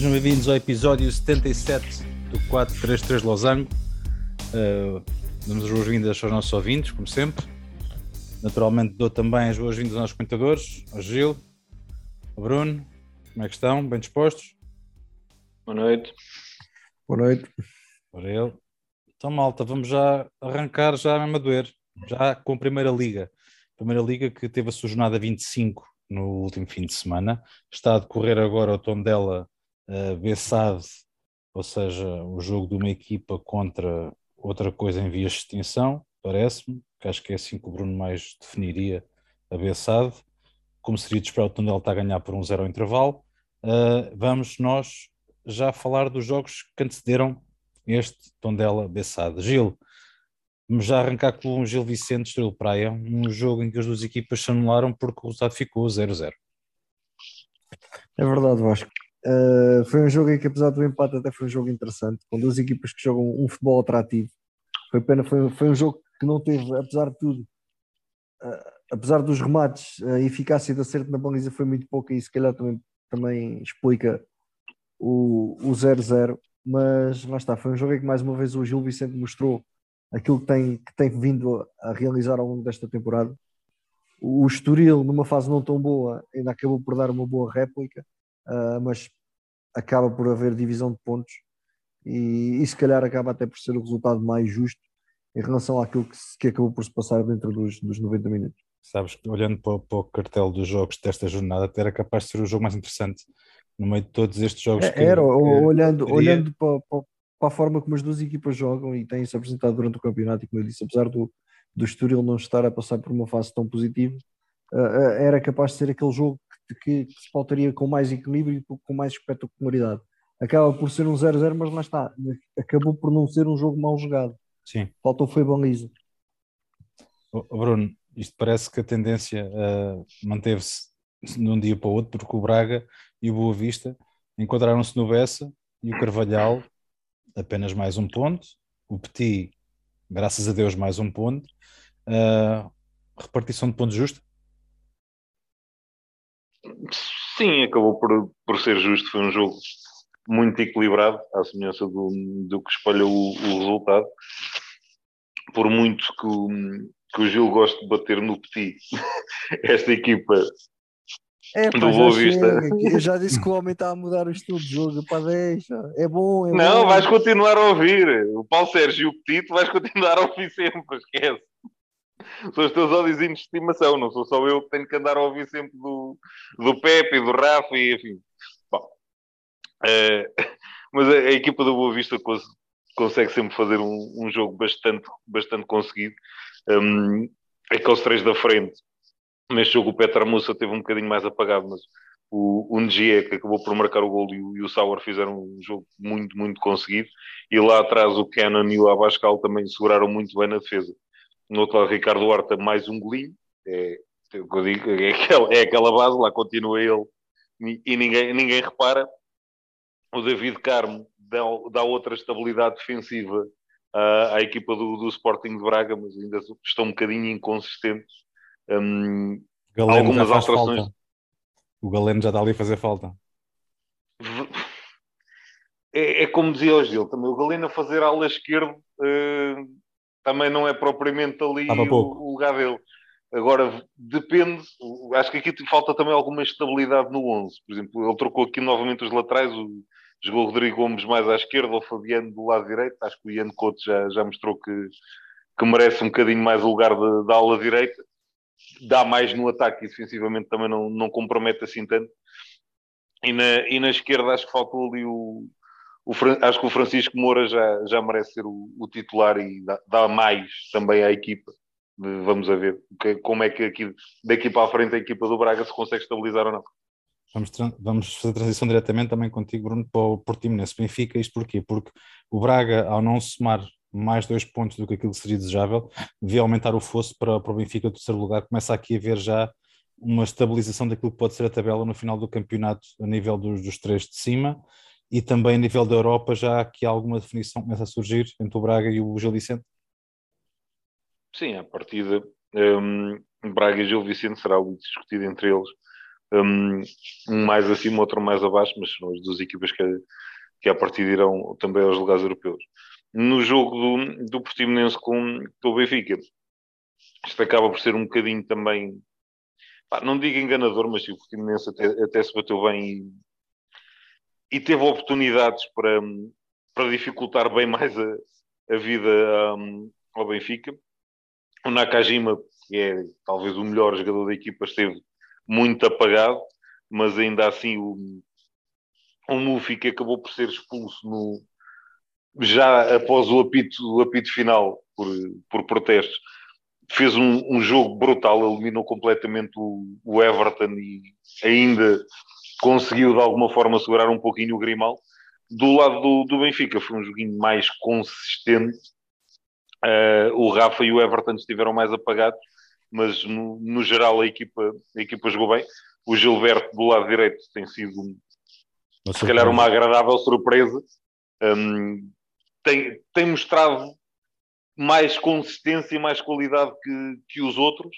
Sejam bem-vindos ao episódio 77 do 433 Losango. Damos as boas-vindas aos nossos ouvintes, como sempre. Naturalmente dou também as boas-vindas aos nossos comentadores, ao Gil, ao Bruno. Como é que estão? Bem dispostos? Boa noite. Boa noite. Ora ele. Então, malta, vamos já arrancar já mesmo a doer, já com a Primeira Liga. Primeira Liga que teve a sua jornada 25 no último fim de semana. Está a decorrer agora o Tondela Bessade, ou seja, o jogo de uma equipa contra outra coisa em vias de extinção, parece-me, que acho que é assim que o Bruno mais definiria a Bessade. Como seria de esperar, o Tondela está a ganhar por 1-0 ao intervalo. Vamos nós já falar dos jogos que antecederam este Tondela Bessade. Gil, vamos já arrancar com o Gil Vicente Estrela de Praia, um jogo em que as duas equipas se anularam porque o resultado ficou 0-0. É verdade, Vasco. Foi um jogo em que, apesar do empate, até foi um jogo interessante, com duas equipas que jogam um futebol atrativo. Foi pena, foi um jogo que não teve, apesar de tudo, apesar dos remates, a eficácia de acerto na baliza foi muito pouca e se calhar também explica o 0-0, mas lá está, foi um jogo em que mais uma vez o Gil Vicente mostrou aquilo que tem vindo a realizar ao longo desta temporada. O Estoril, numa fase não tão boa, ainda acabou por dar uma boa réplica, mas acaba por haver divisão de pontos e se calhar acaba até por ser o resultado mais justo em relação àquilo que acabou por se passar dentro dos 90 minutos. Sabes que olhando para o cartel dos jogos desta jornada, até era capaz de ser o jogo mais interessante no meio de todos estes jogos olhando para a forma como as duas equipas jogam e têm-se apresentado durante o campeonato, e como eu disse, apesar do Estoril não estar a passar por uma fase tão positiva, era capaz de ser aquele jogo que se pautaria com mais equilíbrio e com mais espetacularidade. Acaba por ser um 0-0, mas lá está, acabou por não ser um jogo mal jogado. Sim. Faltou foi baliza. Bruno, isto parece que a tendência manteve-se de um dia para o outro, porque o Braga e o Boa Vista encontraram-se no Bessa e o Carvalhal apenas mais um ponto, o Petit, graças a Deus, mais um ponto. Repartição de pontos justa? Sim, acabou por ser justo. Foi um jogo muito equilibrado, à semelhança do que espalhou o resultado. Por muito que o Gil goste de bater no Petit, esta equipa do Boa Vista. Eu já disse que o homem está a mudar o estilo de jogo. Pá, deixa. É bom. Não, vais continuar a ouvir. O Paulo Sérgio e o Petit, vais continuar a ouvir sempre, esquece. São os teus ódios de estimação, não sou só eu que tenho que andar a ouvir sempre do Pepe, do Rafa e enfim. Bom, mas a equipa do Boa Vista consegue sempre fazer um jogo bastante conseguido. Aqueles três da frente, neste jogo o Petra Musa teve um bocadinho mais apagado, mas o Ngie, que acabou por marcar o gol, e o Sauer fizeram um jogo muito conseguido, e lá atrás o Cannon e o Abascal também seguraram muito bem na defesa. No outro lado, Ricardo Horta, mais um golinho. O que eu digo, é aquela base, lá continua ele e ninguém repara. O David Carmo dá outra estabilidade defensiva à equipa do Sporting de Braga, mas ainda estão um bocadinho inconsistentes. Algumas alterações. Falta. O Galeno já está ali a fazer falta. É como dizia o Gil, também o Galeno a fazer ala esquerda também não é propriamente ali o lugar dele. Agora, depende, acho que aqui falta também alguma estabilidade no 11. Por exemplo, ele trocou aqui novamente os laterais, jogou o Rodrigo Gomes mais à esquerda, o Fabiano do lado direito. Acho que o Ian Couto já mostrou que merece um bocadinho mais o lugar da ala direita. Dá mais no ataque e defensivamente também não compromete assim tanto. E na esquerda acho que faltou ali acho que o Francisco Moura já merece ser o titular e dá mais também à equipa. Vamos a ver como é que aqui, daqui para a frente a equipa do Braga se consegue estabilizar ou não. Vamos fazer a transição diretamente também contigo, Bruno, para o Portimonense Benfica. Isto porquê? Porque o Braga, ao não somar mais 2 pontos do que aquilo que seria desejável, devia aumentar o fosso para o Benfica do terceiro lugar. Começa aqui a haver já uma estabilização daquilo que pode ser a tabela no final do campeonato a nível dos três de cima, e também a nível da Europa já aqui alguma definição começa a surgir entre o Braga e o Gil Vicente. Sim, à partida Braga e Gil Vicente será algo discutido entre eles. um mais acima, outro mais abaixo, mas são as duas equipas que a partir irão também aos lugares europeus. No jogo do Portimonense com o Benfica, isto acaba por ser um bocadinho também, não digo enganador, mas o Portimonense até se bateu bem e teve oportunidades para dificultar bem mais a vida ao Benfica. O Nakajima, que é talvez o melhor jogador da equipa, esteve muito apagado, mas ainda assim o Mufi, que acabou por ser expulso já após o apito final por protestos, fez um jogo brutal, eliminou completamente o Everton e ainda conseguiu de alguma forma segurar um pouquinho o Grimaldo. Do lado do Benfica foi um joguinho mais consistente. O Rafa e o Everton estiveram mais apagados, mas no geral a equipa jogou bem. O Gilberto do lado direito tem sido se calhar uma agradável surpresa. Tem mostrado mais consistência e mais qualidade que os outros.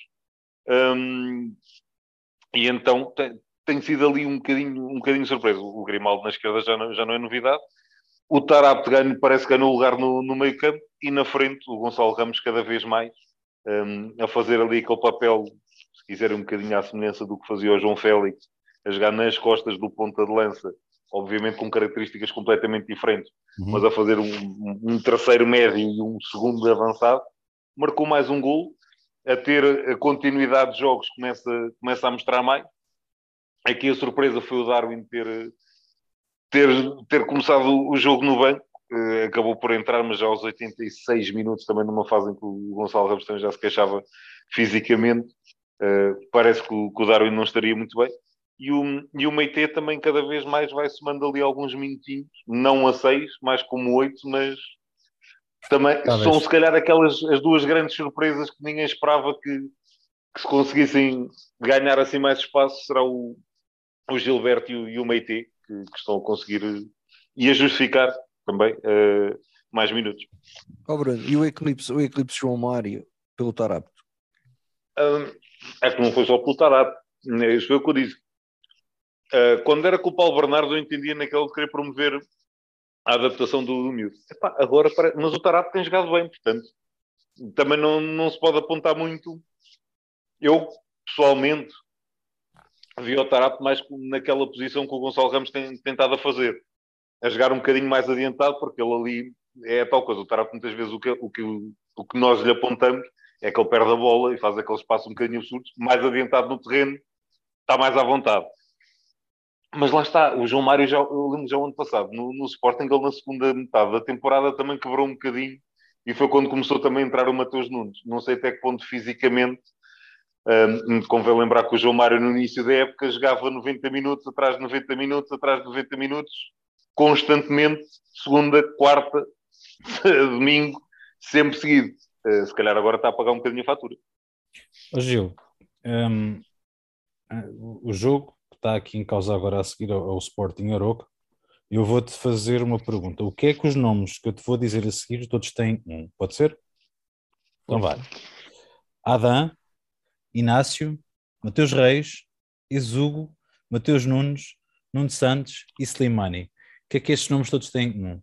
E então tem sido ali um bocadinho surpresa. O Grimaldo na esquerda já não é novidade. O Tarapte parece que ganhou lugar no meio campo e na frente o Gonçalo Ramos cada vez mais a fazer ali aquele papel, se quiserem um bocadinho à semelhança do que fazia o João Félix, a jogar nas costas do ponta de lança, obviamente com características completamente diferentes, mas a fazer um terceiro médio e um segundo avançado. Marcou mais um golo, a ter a continuidade de jogos começa a mostrar mais. Aqui a surpresa foi o Darwin ter começado o jogo no banco, acabou por entrar, mas já aos 86 minutos, também numa fase em que o Gonçalo Ramos também já se queixava fisicamente. Parece que o Darwin não estaria muito bem. E o Meite também cada vez mais vai somando ali alguns minutinhos, não a 6, mais como 8, mas também são se calhar as duas grandes surpresas que ninguém esperava que se conseguissem ganhar assim mais espaço. Será o Gilberto e o Meite que estão a conseguir e a justificar também mais minutos. Bruno, e o eclipse João Mário pelo Tarapte? É que não foi só pelo Tarapte, isso foi o que eu disse. Quando era com o Paulo Bernardo, eu entendia naquele de querer promover a adaptação do miúdo. Agora, mas o Tarapte tem jogado bem, portanto também não se pode apontar muito. Eu, pessoalmente, vi o Tarapte mais naquela posição que o Gonçalo Ramos tem tentado a fazer, a jogar um bocadinho mais adiantado, porque ele ali é a tal coisa. O Tarapte muitas vezes o que nós lhe apontamos é que ele perde a bola e faz aquele espaço um bocadinho absurdo, mais adiantado no terreno, está mais à vontade. Mas lá está, o João Mário, eu lembro já o ano passado, no Sporting, ele na segunda metade da temporada também quebrou um bocadinho, e foi quando começou também a entrar o Mateus Nunes. Não sei até que ponto fisicamente. Convém lembrar que o João Mário no início da época jogava 90 minutos, atrás de 90 minutos, atrás de 90 minutos, constantemente, segunda, quarta, domingo, sempre seguido. Se calhar agora está a pagar um bocadinho a fatura. Gil, o jogo que está aqui em causa agora a seguir ao Sporting Aroca, eu vou-te fazer uma pergunta. O que é que os nomes que eu te vou dizer a seguir todos têm um? Pode ser? Então vai. Adam, Inácio, Mateus Reis, Ezugo, Mateus Nunes, Nuno Santos e Slimani. O que é que estes nomes todos têm em comum?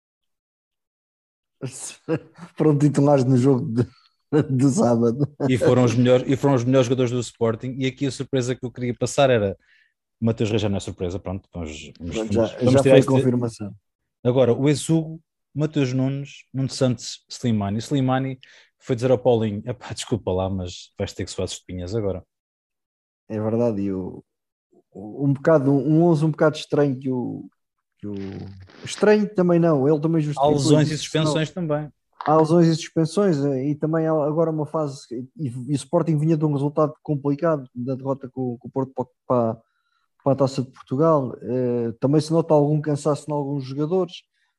Foram titulares no jogo de sábado. E foram os melhores jogadores do Sporting. E aqui a surpresa que eu queria passar era Mateus Reis já não é surpresa, pronto. Já foi a confirmação. Agora, o Ezugo, Mateus Nunes, Nuno Santos, Slimani. Slimani foi dizer ao Paulinho, desculpa lá, mas vais ter que soar as espinhas agora. É verdade, e um 11 um bocado estranho que o estranho também não, ele também justificou. Há lesões e suspensões também. Há lesões e suspensões e também há agora uma fase e o Sporting vinha de um resultado complicado da derrota com o Porto para a Taça de Portugal. Também se nota algum cansaço em alguns jogadores.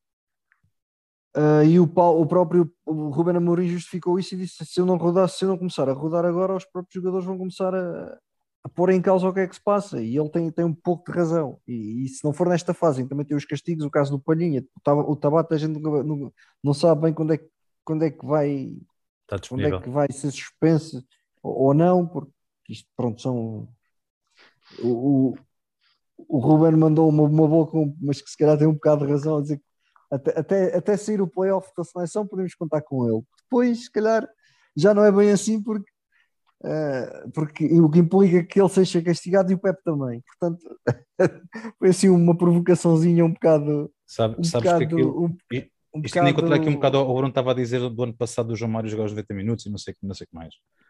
E o próprio Ruben Amorim justificou isso e disse: se eu não começar a rodar agora, os próprios jogadores vão começar a pôr em causa o que é que se passa. E ele tem um pouco de razão. E se não for nesta fase, também tem os castigos. O caso do Palhinha, o Tabata, a gente não sabe bem quando é que vai ser suspenso ou não, porque isto, pronto, O, o Ruben mandou uma boa, mas que se calhar tem um bocado de razão a dizer que até sair o playoff da seleção podemos contar com ele. Depois, se calhar, já não é bem assim porque o que implica que ele seja castigado e o Pepe também. Portanto, foi assim uma provocaçãozinha um bocado. Sabes que aquilo. Isto nem encontrar aqui um bocado. O Bruno estava a dizer do ano passado do João Mário jogar os 90 minutos e não sei o que mais.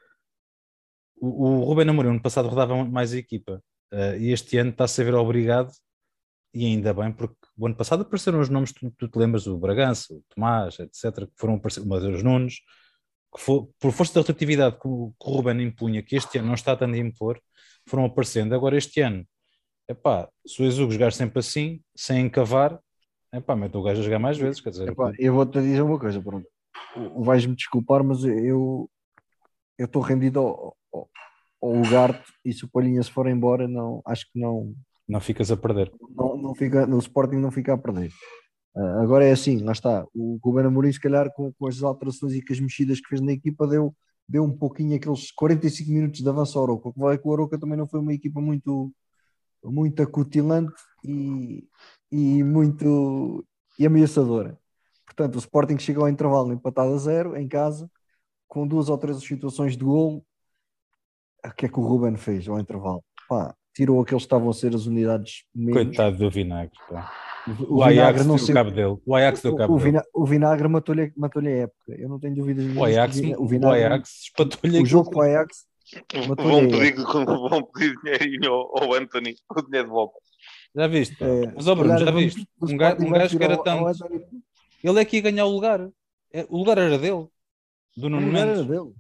O Ruben Amorim, ano passado, rodava mais a equipa. E este ano está-se a ver obrigado, e ainda bem, porque o ano passado apareceram os nomes, tu te lembras, o Bragança, o Tomás, etc., que foram aparecer, o Matheus Nunes, que por força da rotatividade que o Ruben impunha, que este ano não está tanto a impor, foram aparecendo. Agora este ano, se o Exugo jogar sempre assim, sem encavar, mete o gajo a jogar mais vezes, quer dizer... eu vou-te dizer uma coisa, pronto. Vais-me desculpar, mas eu estou rendido ao Ugarte, e se o Palhinha se for embora, não, acho que não... Não ficas a perder. Não fica, no Sporting não fica a perder. Agora é assim, lá está. O Ruben Amorim, se calhar, com as alterações e com as mexidas que fez na equipa, deu um pouquinho aqueles 45 minutos de avanço ao Arouca. O que vai com o Arouca também não foi uma equipa muito acutilante e muito ameaçadora. Portanto, o Sporting chegou ao intervalo empatado a 0 em casa, com 2 ou 3 situações de golo. O que é que o Ruben fez ao intervalo? Tirou aqueles que estavam a ser as unidades menos. Coitado do Vinagre, pá. O Ajax não deu cabo dele. O Ajax deu cabo dele. O Vinagre matou-lhe a época. Eu não tenho dúvidas. O Ajax espatou-lhe o jogo com o Ajax. Vão pedir dinheirinho ao Anthony, o dinheiro de volta. Já viste? Mas, Bruno, já viste? Um gajo que era tanto. Ele é que ia ganhar o lugar. O lugar era dele. Do Nuno Mendes. Era dele.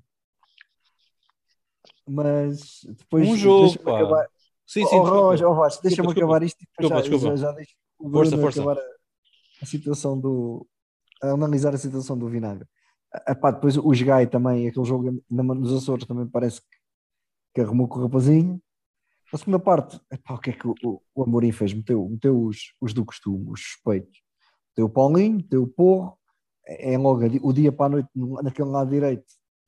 Mas depois. Jogo, pá. Sim, Vasco, deixa-me acabar isto e depois já deixo o Bruno acabar a situação a analisar a situação do Vinagre. Depois o Gai também, aquele jogo nos Açores também parece que arrumou com o rapazinho. Na segunda parte, o que é que o Amorim fez? Meteu os do costume, os suspeitos. Meteu o Paulinho, meteu o Porro, logo o dia para a noite naquele lado direito.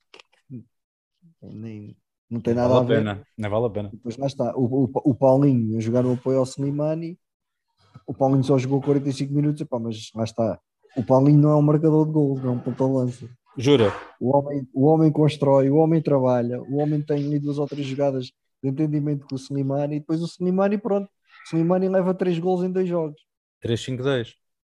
Não tem nada a ver. Não vale a pena. Depois lá está, o Paulinho a jogar no apoio ao Slimani. O Paulinho só jogou 45 minutos, mas lá está. O Paulinho não é um marcador de gols, não é um ponta de lança. Jura? O homem constrói, o homem trabalha, o homem tem ali 2 ou 3 jogadas de entendimento com o Slimani, e depois o Slimani, pronto. O Slimani leva 3 gols em 2 jogos. 3-5-2.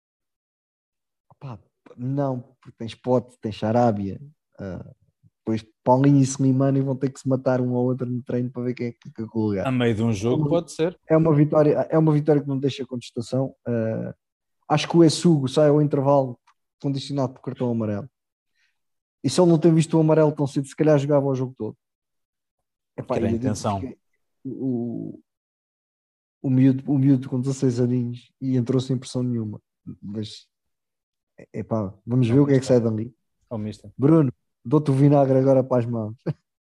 Não, porque tens Pote, tens Sarabia. Depois Paulinho e Slimani vão ter que se matar um ao outro no treino para ver quem é que fica com o lugar. A meio de um jogo pode ser. É uma vitória que não deixa contestação. Acho que o Essugo sai ao intervalo condicionado por cartão amarelo. E se ele não tem visto o amarelo tão cedo, se calhar jogava o jogo todo. Era a intenção. O miúdo com 16 aninhos e entrou sem pressão nenhuma. Mas vamos ver o que é que sai dali. Bruno, dou-te o Vinagre agora para as mãos.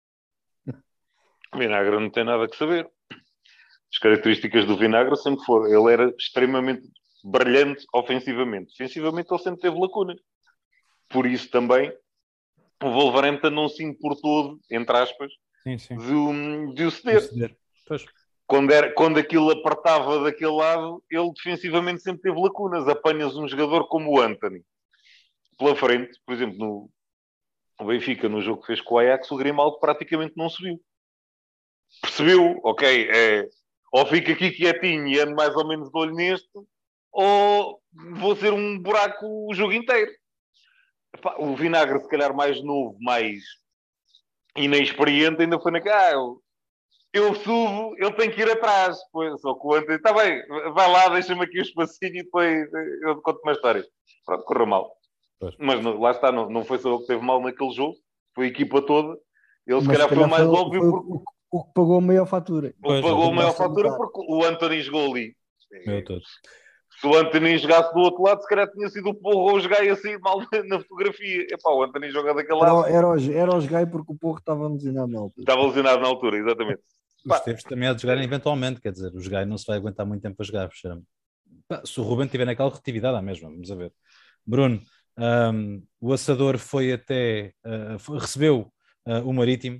O Vinagre não tem nada que saber. As características do Vinagre sempre foram. Ele era extremamente brilhante ofensivamente. Defensivamente ele sempre teve lacunas. Por isso também o Wolverhampton não se importou, entre aspas, de o ceder. Quando aquilo apertava daquele lado, ele defensivamente sempre teve lacunas. Apanhas um jogador como o Anthony pela frente, por exemplo, no Benfica, no jogo que fez com o Ajax, o Grimaldo praticamente não subiu. Percebeu? Ok, ou fica aqui quietinho e ando mais ou menos de olho neste, ou vou ser um buraco o jogo inteiro. O Vinagre, se calhar mais novo, mais inexperiente, ainda foi naquela. Eu subo, ele tem que ir atrás. Pois, só que o Anthony, está bem, vai lá, deixa-me aqui o espacinho e depois eu conto uma história. Pronto, correu mal. Pois. Mas lá está, não foi só ele que teve mal naquele jogo, foi a equipa toda. Ele se calhar foi mais óbvio. O que pagou a maior fatura. O que pagou a maior fatura porque o Anthony jogou ali. Se o Anthony jogasse do outro lado, se calhar tinha sido o Porro ou os Gai assim mal na fotografia. O Anthony joga daquele lado. Era os Gai porque o Porro estava lesionado na altura. Estava lesionado na altura, exatamente. Os Teves também há de jogarem eventualmente, quer dizer, os Gai não se vai aguentar muito tempo a jogar. Se o Ruben tiver naquela retividade, à mesma, vamos a ver. Bruno, o Assador foi até recebeu o Marítimo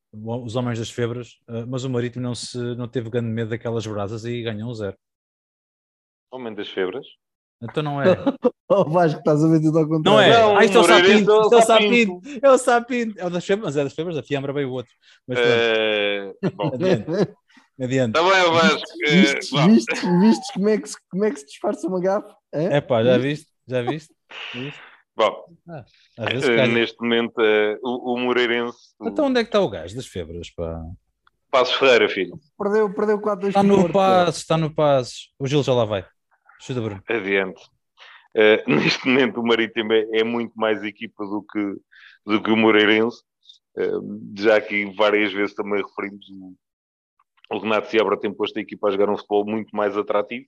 os homens das febras, mas o Marítimo não teve grande medo daquelas brasas e ganhou 0. Homem das febras? Então não é. Oh, Vasco, estás a ver tudo ao contrário. Não é. Não, Isto é o Moreirense Sapinto. é o Isto é o Sapinto. Sapinto. É o Sapinto. É o das febras, mas é das febras, a Fiambra veio o outro. Mas pronto. Bom, Adiante. está bem, o Vasco. Viste como é que se disfarça uma gafe? É pá, já viste? ¿Viste? Bom, Às vezes calha. neste momento, o Moreirense. Então onde é que está o gajo das febras, pá? Passos Ferreira, filho. Perdeu 4-2. Está no Passos. O Gil já lá vai. Chuta, Bruno. Adiante. Neste momento, o Marítimo é muito mais equipa do que o Moreirense. Já aqui várias vezes também referimos o Renato Seabra tem posto a equipa a jogar um futebol muito mais atrativo.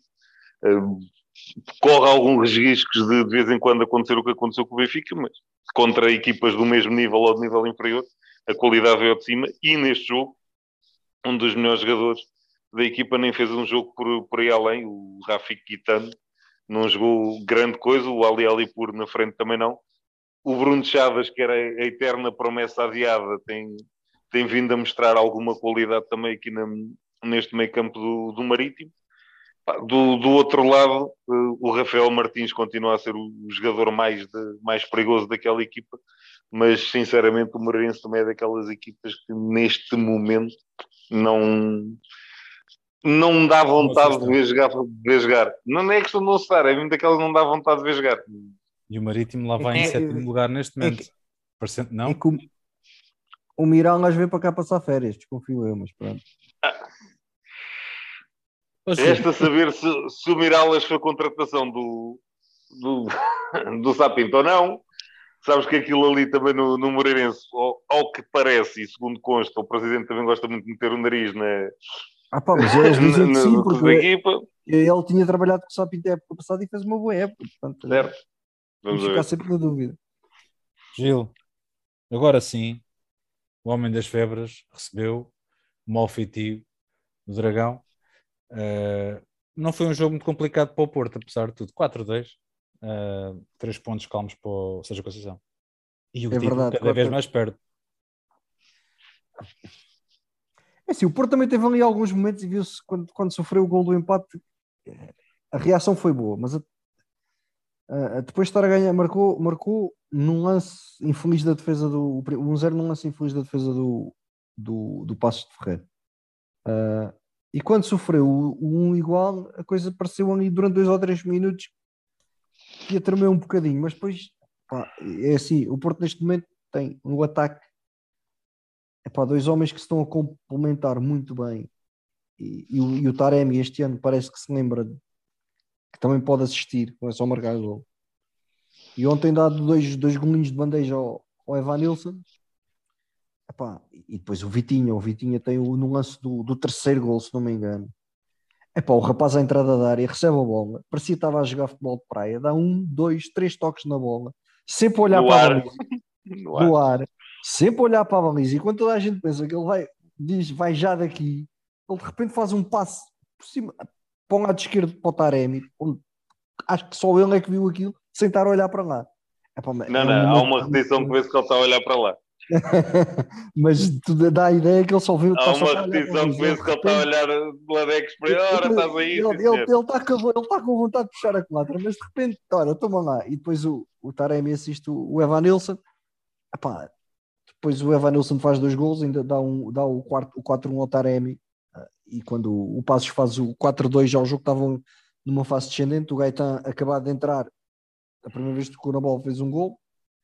Corre alguns riscos de vez em quando acontecer o que aconteceu com o Benfica, mas contra equipas do mesmo nível ou de nível inferior, a qualidade veio de cima. E neste jogo, um dos melhores jogadores da equipa nem fez um jogo por aí além, o Rafik Guitano não jogou grande coisa, o Ali Alipur na frente também não. O Bruno Chaves, que era a eterna promessa adiada, tem vindo a mostrar alguma qualidade também aqui neste meio campo do Marítimo. Do outro lado, o Rafael Martins continua a ser o jogador mais perigoso daquela equipa, mas sinceramente o Moreirense também é daquelas equipas que neste momento não dá vontade de ver jogar. Não é questão de não estar, é mesmo daquelas que não dá vontade de ver jogar. E o Marítimo lá vai em sétimo lugar neste momento. Não? O Mirão às vezes para cá passar férias, desconfio eu, mas pronto. Resta saber se o Miralas foi contratação do Sapinto ou não. Sabes que aquilo ali também no Moreirense, ao que parece, e segundo consta, o presidente também gosta muito de meter o nariz mas eles dizem que sim, porque equipa. Ele tinha trabalhado com o Sapinto a época passada e fez uma boa época. Portanto, certo. Vamos ficar sempre na dúvida. Gil, agora sim, o Homem das Febras recebeu o mau feitio do Dragão. Não foi um jogo muito complicado para o Porto, apesar de tudo. 4-2, 3 pontos calmos para o Sérgio Conceição. E o título verdade, cada vez mais perto. É assim, o Porto também teve ali alguns momentos e viu-se quando sofreu o gol do empate, a reação foi boa, mas depois de estar a ganhar, marcou num lance infeliz da defesa do 1-0 num lance infeliz da defesa do Passos de Ferreira. E quando sofreu o 1 igual, a coisa pareceu ali durante 2 ou 3 minutos que ia tremer um bocadinho, mas depois é assim, o Porto neste momento tem no ataque 2 homens que se estão a complementar muito bem e o Taremi este ano parece que se lembra que também pode assistir, não é só marcar gol. E ontem dado dois golinhos de bandeja ao Evanilson. E depois o Vitinha tem no lance do terceiro gol, se não me engano. O rapaz à entrada da área recebe a bola, parecia que estava a jogar futebol de praia, dá 1, 2, 3 toques na bola, sempre a olhar para a baliza, no ar, sempre a olhar para a baliza, e quando toda a gente pensa que ele vai já daqui, ele de repente faz um passe por cima, para o lado esquerdo para o Taremi, onde acho que só ele é que viu aquilo, sem estar a olhar para lá. Há uma repetição que vê-se que ele está a olhar para lá. Mas tudo dá a ideia que ele só viu. Há uma repetição que vê-se que ele está a olhar de Ladex para ora, estás aí. Ele está com vontade de puxar a culatra, mas de repente, olha, toma lá. E depois o Taremi assiste o Evanilson. Depois o Evanilson faz 2 gols, ainda dá o 4-1 ao Taremi. E quando o Passos faz o 4-2, já o jogo estava numa fase descendente. O Gaetan, acabado de entrar, a primeira vez que tocou na bola, fez um gol.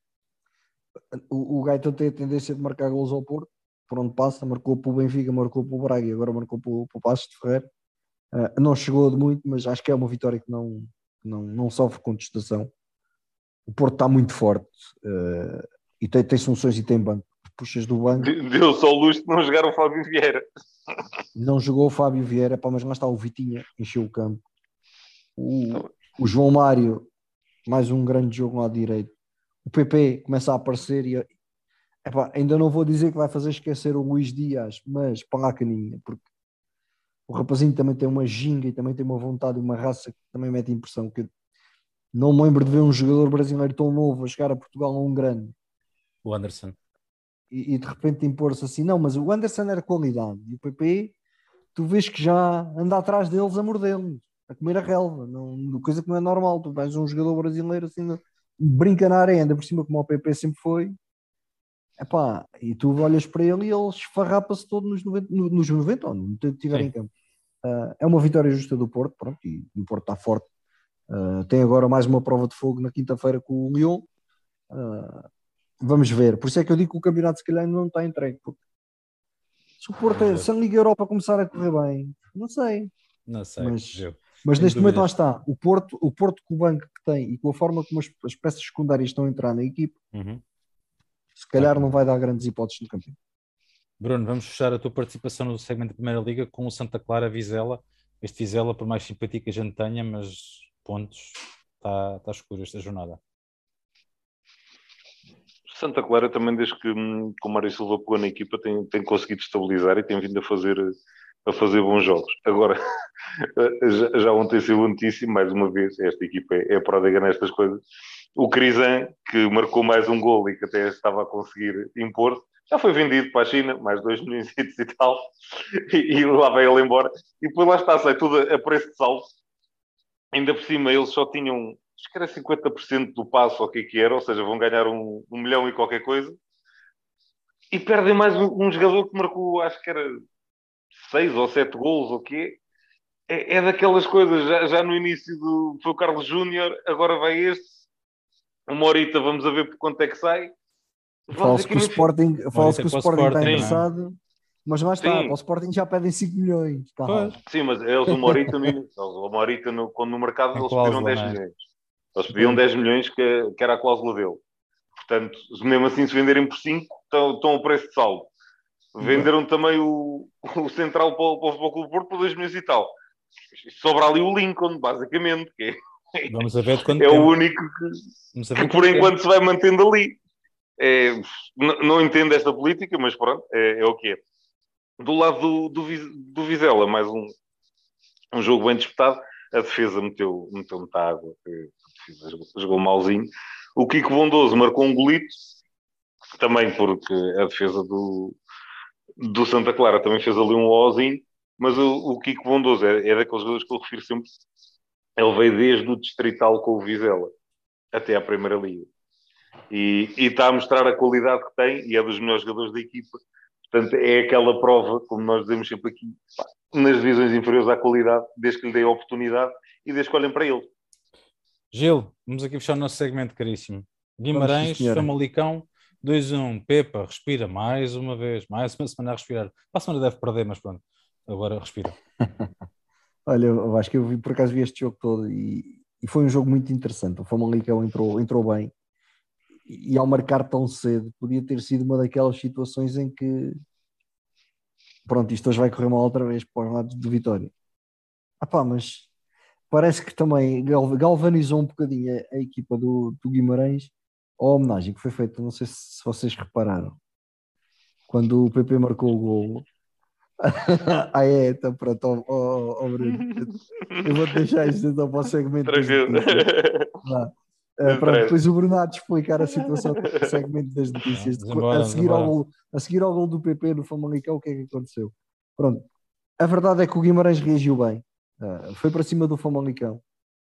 O Gaetan tem a tendência de marcar gols ao Porto, por onde passa, marcou para o Benfica, marcou para o Braga e agora marcou para o Passos de Ferreira. Não chegou de muito, mas acho que é uma vitória que não sofre contestação. O Porto está muito forte e tem soluções e tem banco. Puxas do banco. Deu só o luxo de não jogar o Fábio Vieira. Não jogou o Fábio Vieira, mas lá está o Vitinha, encheu o campo. O João Mário, mais um grande jogo lá direito. O PP começa a aparecer e ainda não vou dizer que vai fazer esquecer o Luís Dias, mas para lá caninha, porque o rapazinho também tem uma ginga e também tem uma vontade e uma raça que também mete impressão, que não me lembro de ver um jogador brasileiro tão novo a chegar a Portugal a um grande. O Anderson. e de repente impor-se assim, não, mas o Anderson era qualidade e o PP, tu vês que já anda atrás deles a mordê-los, a comer a relva, não, coisa que não é normal. Tu vais um jogador brasileiro assim, brinca na areia, ainda por cima como o PP sempre foi. Epá, e tu olhas para ele e ele esfarrapa-se todo nos 90, nos 90 ou no tempo que estiver em campo. É uma vitória justa do Porto, pronto, e o Porto está forte. Tem agora mais uma prova de fogo na quinta-feira com o Lyon. Vamos ver. Por isso é que eu digo que o campeonato se calhar ainda não está entregue. Porque se o Porto, se a Liga Europa começar a correr bem, não sei. Não sei. Mas neste momento lá está. O Porto com o banco que tem e com a forma como as peças secundárias estão a entrar na equipe, se calhar não vai dar grandes hipóteses no campeonato. Bruno, vamos fechar a tua participação no segmento da Primeira Liga com o Santa Clara Vizela. Este Vizela, por mais simpatia que a gente tenha, mas pontos, está escuro esta jornada. Santa Clara também, desde que o Mário Silva pegou na equipa, tem conseguido estabilizar e tem vindo a fazer bons jogos. Agora, já ontem saiu notícia, mais uma vez, esta equipa é pródiga nestas coisas. O Crisan, que marcou mais um gol e que até estava a conseguir impor, já foi vendido para a China, mais 2 milhões e tal, e lá vai ele embora. E depois lá está, sai tudo a preço de saldo. Ainda por cima, eles só tinham, acho que era 50% do passo, ou o que era, ou seja, vão ganhar 1 milhão e qualquer coisa. E perdem mais um jogador que marcou, acho que era 6 ou 7 golos, ou o quê. É daquelas coisas, já no início foi o Carlos Júnior, agora vai este. Uma horita, vamos a ver por quanto é que sai. Fala-se que o Sporting está interessado, mas lá está, Sim. para o Sporting já pedem 5 milhões. Sim, mas eles uma horita quando no mercado eles pediram 10 milhões. Eles pediam 10 milhões que era a cláusula dele. Portanto, mesmo assim, se venderem por 5, estão ao preço de saldo. Venderam também o Central para o Futebol Clube do Porto por 2 milhões e tal. Sobra ali o Lincoln, basicamente, que Vamos a ver de quanto é tempo. O único que por enquanto se vai mantendo ali. Não entendo esta política, mas pronto, é o que é. Do lado do Vizela, mais um jogo bem disputado. A defesa meteu muita água, a defesa jogou malzinho. O Kiko Bondoso marcou um golito, também porque a defesa do Santa Clara também fez ali um ozinho, mas o Kiko Bondoso é daqueles jogadores que eu refiro sempre. Ele veio desde o Distrital com o Vizela até à Primeira Liga. E está a mostrar a qualidade que tem e é dos melhores jogadores da equipa. Portanto, é aquela prova, como nós dizemos sempre aqui, nas divisões inferiores à qualidade, desde que lhe dei a oportunidade e desde que olhem para ele. Gil, vamos aqui fechar o nosso segmento, caríssimo. Guimarães, Famalicão, 2-1. Pepa, respira mais uma vez, mais uma semana a respirar. Para a semana deve perder, mas pronto, agora respira. Olha, eu acho que por acaso vi este jogo todo e foi um jogo muito interessante. O Famalicão entrou bem e ao marcar tão cedo podia ter sido uma daquelas situações em que pronto, isto hoje vai correr mal outra vez para os lados de Vitória. Mas parece que também galvanizou um bocadinho a equipa do Guimarães a homenagem que foi feita, não sei se vocês repararam, quando o PP marcou o golo. Então pronto, Bruno, eu vou deixar isto então para o segmento das notícias. Depois o Bruno há de explicar a situação do segmento das notícias. A seguir ao gol do PP no Famalicão, o que é que aconteceu? Pronto, a verdade é que o Guimarães reagiu bem, foi para cima do Famalicão.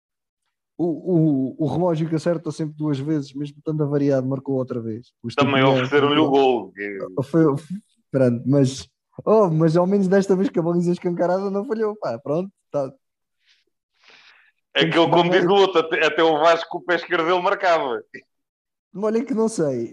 O relógio que acerta sempre 2 vezes, mesmo estando avariado, marcou outra vez. Também ofereceram-lhe o gol. Pronto, mas ao menos desta vez que a baliza escancarada não falhou. Pronto, está. Aquele, como diz o outro, até o Vasco com o pé esquerdo dele marcava. Olha que não sei.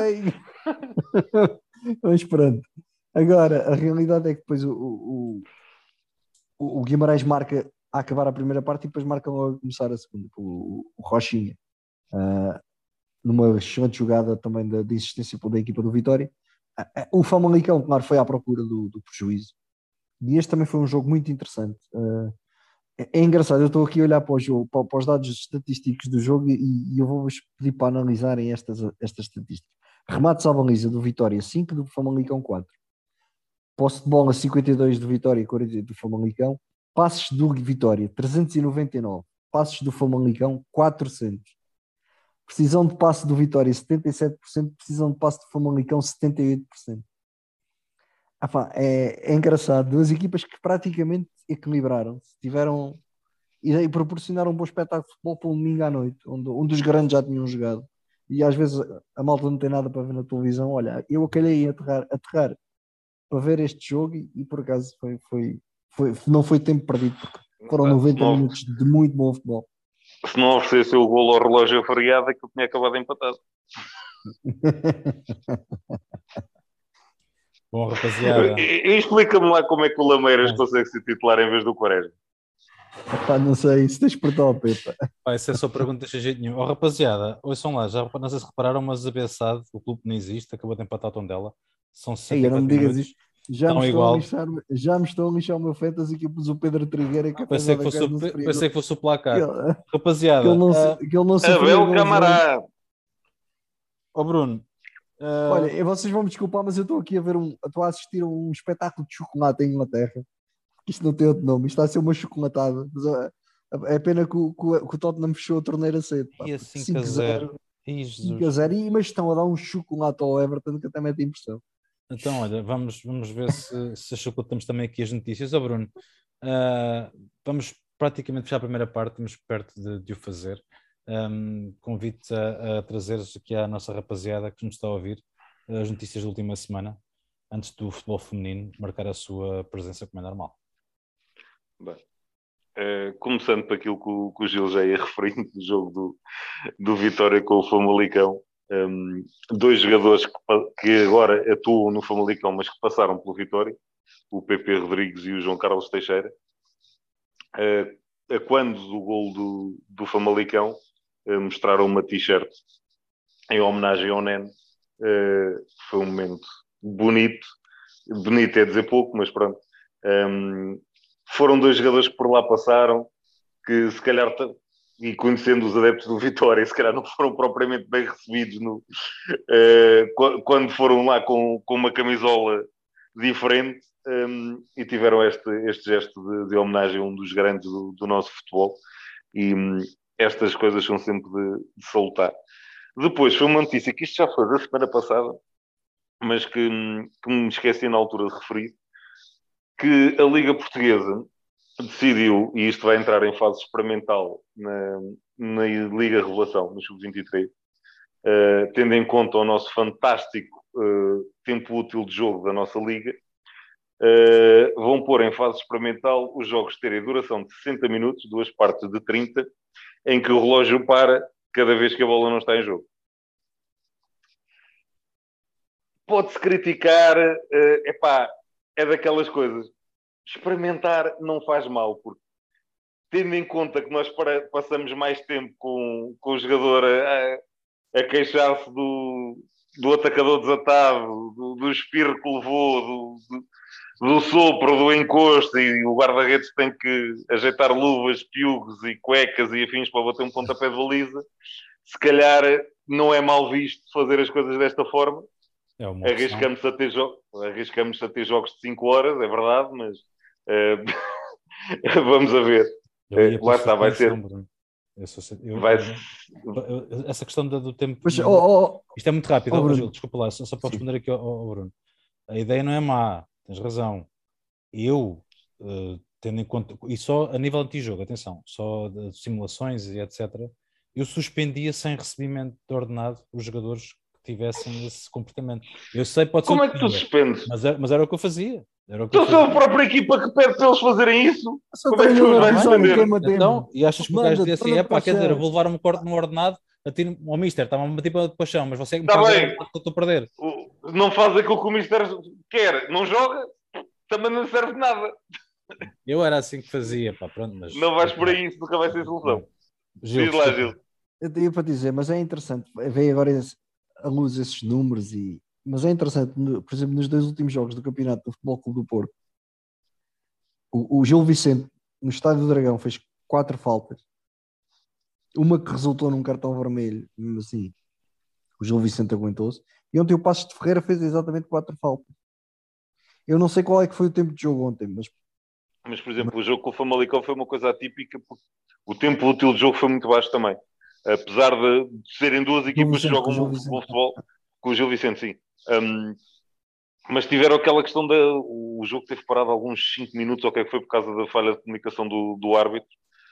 Mas pronto. Agora, a realidade é que depois o Guimarães marca a acabar a primeira parte e depois marca logo a começar a segunda. O Rochinha, numa excelente jogada também de insistência da equipa do Vitória. O Famalicão, claro, foi à procura do prejuízo. E este também foi um jogo muito interessante. É engraçado, eu estou aqui a olhar para o jogo, para os dados estatísticos do jogo e eu vou-vos pedir para analisarem estas estatísticas. Remates à baliza do Vitória, 5, do Famalicão 4. Posse de bola 52 do Vitória e 40 do Famalicão. Passes do Vitória 399. Passes do Famalicão 400. Precisão de passe do Vitória 77%, precisão de passe do Famalicão 78%. É engraçado, duas equipas que praticamente equilibraram-se, tiveram e proporcionaram um bom espetáculo de futebol para um domingo à noite, onde um dos grandes já tinham jogado, e às vezes a malta não tem nada para ver na televisão. Olha, eu acalhei a aterrar para ver este jogo e por acaso não foi tempo perdido, porque foram 90 minutos de muito bom futebol. Se não oferecesse o golo ao relógio afariado, aquilo tinha acabado empatado. Bom, rapaziada. E explica-me lá como é que o Lameiras consegue ser titular em vez do Quaresma. Não sei, se tens por tal, Pepa. Essa é só pergunta de jeito nenhum. Rapaziada, ouçam lá, já não sei se repararam, mas a Bessade, o clube não existe, acabou de empatar a Tondela. São 64 não me digas minutos. Isso. Já me estão a lixar o meu fantasy que eu pus o Pedro Trigueira. Pensei que fosse o placar. Rapaziada. Que ele não Abel Camará. Bruno. Olha, vocês vão me desculpar, mas eu estou aqui estou a assistir a um espetáculo de chocolate em Inglaterra. Isto não tem outro nome, isto está a ser uma chocolatada. Mas é pena que o Tottenham fechou a torneira cedo. E a 5-0. 5-0. Mas estão a dar um chocolate ao Everton que até mete impressão. Então, olha, vamos ver se chocolatamos também aqui as notícias. Bruno, vamos praticamente fechar a primeira parte, estamos perto de o fazer. Convido-te a trazeres aqui à nossa rapaziada que nos está a ouvir as notícias da última semana, antes do futebol feminino marcar a sua presença como é normal. Bem, começando por aquilo que o Gil já ia referindo do jogo do Vitória com o Famalicão, dois jogadores que agora atuam no Famalicão, mas que passaram pelo Vitória, o PP Rodrigues e o João Carlos Teixeira, a quando do gol do Famalicão, mostraram uma t-shirt em homenagem ao Nen. Foi um momento bonito é dizer pouco, mas pronto. Foram dois jogadores que por lá passaram, que se calhar, e conhecendo os adeptos do Vitória, se calhar não foram propriamente bem recebidos quando foram lá com uma camisola diferente, e tiveram este gesto de homenagem a um dos grandes do nosso futebol, e estas coisas são sempre de salutar. Depois foi uma notícia que isto já foi da semana passada, mas que me esqueci na altura de referir, que a Liga Portuguesa decidiu, e isto vai entrar em fase experimental na Liga Revelação, no Sub-23, tendo em conta o nosso fantástico tempo útil de jogo da nossa Liga, vão pôr em fase experimental os jogos terem duração de 60 minutos, duas partes de 30, em que o relógio para cada vez que a bola não está em jogo. Pode-se criticar, é daquelas coisas. Experimentar não faz mal, porque tendo em conta que nós passamos mais tempo com o jogador a queixar-se do atacador desatado, do espirro que levou, do sopro, do encosto, e o guarda-redes tem que ajeitar luvas, piugos e cuecas e afins para bater um pontapé de baliza, se calhar não é mal visto fazer as coisas desta forma. Arriscamos a ter jogos de 5 horas, é verdade, mas vamos a ver. Lá está, vai ser. Essa questão do tempo. Mas, isto é muito rápido, Gil, desculpa lá, só para responder aqui ao Bruno. A ideia não é má, tens razão. Tendo em conta, e só a nível antijogo, atenção, só de simulações e etc., eu suspendia sem recebimento de ordenado os jogadores que tivessem esse comportamento. Eu sei, pode ser. Como é que tu suspendes? Mas era o que eu fazia. Tu sou a própria equipa que pede para eles fazerem isso. Como é que tu vais suspender? Então, e achas que o gajo dizia assim, quer dizer, eu vou levar no ordenado a tiro ao Mister, estava a bater para o chão, mas você é que me está faz bem. Que eu estou a perder. Não faz aquilo que o Mister quer, não joga, também não serve de nada. Eu era assim que fazia, pronto, mas... Não vais por aí, isso nunca vai ser solução. Diz lá, Gil. Eu tinha para dizer, mas é interessante, veio agora a luz esses números, mas é interessante, por exemplo, nos 2 últimos jogos do campeonato do Futebol Clube do Porto, o Gil Vicente, no Estádio do Dragão, fez 4 faltas, uma que resultou num cartão vermelho, mesmo assim, o Gil Vicente aguentou-se, e ontem o Passos de Ferreira fez exatamente 4 faltas. Eu não sei qual é que foi o tempo de jogo ontem, mas por exemplo, o jogo com o Famalicão foi uma coisa atípica, porque o tempo útil de jogo foi muito baixo também. apesar de serem duas equipas que jogam bom futebol, com o Gil Vicente, sim. Mas tiveram aquela questão o jogo teve parado alguns 5 minutos, ou o que é que foi, por causa da falha de comunicação do árbitro.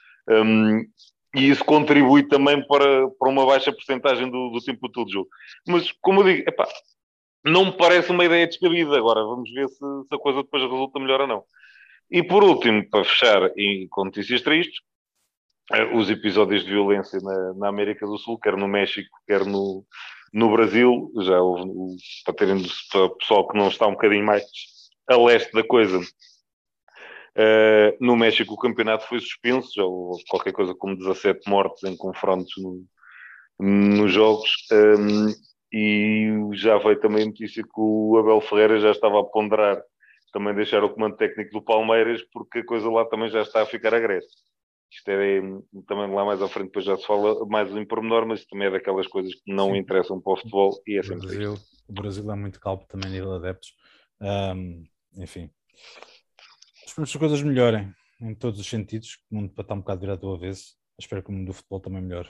E isso contribui também para uma baixa porcentagem do tempo todo do jogo. Mas, como eu digo, não me parece uma ideia descabida. Agora, vamos ver se a coisa depois resulta melhor ou não. E, por último, para fechar, e com notícias tristes, os episódios de violência na América do Sul, quer no México, quer no Brasil, já houve, para o pessoal que não está um bocadinho mais a leste da coisa, no México o campeonato foi suspenso, já houve qualquer coisa como 17 mortes em confrontos nos jogos, e já veio também a notícia que o Abel Ferreira já estava a ponderar também deixar o comando técnico do Palmeiras, porque a coisa lá também já está a ficar agressiva. Isto também lá mais à frente depois já se fala mais em pormenor, mas também é daquelas coisas que não interessam para o futebol e é sempre isto. O Brasil é muito calmo também a nível de adeptos. Enfim, esperamos que as coisas melhorem em todos os sentidos, o mundo está um bocado virado do avesso. Espero que o mundo do futebol também melhore.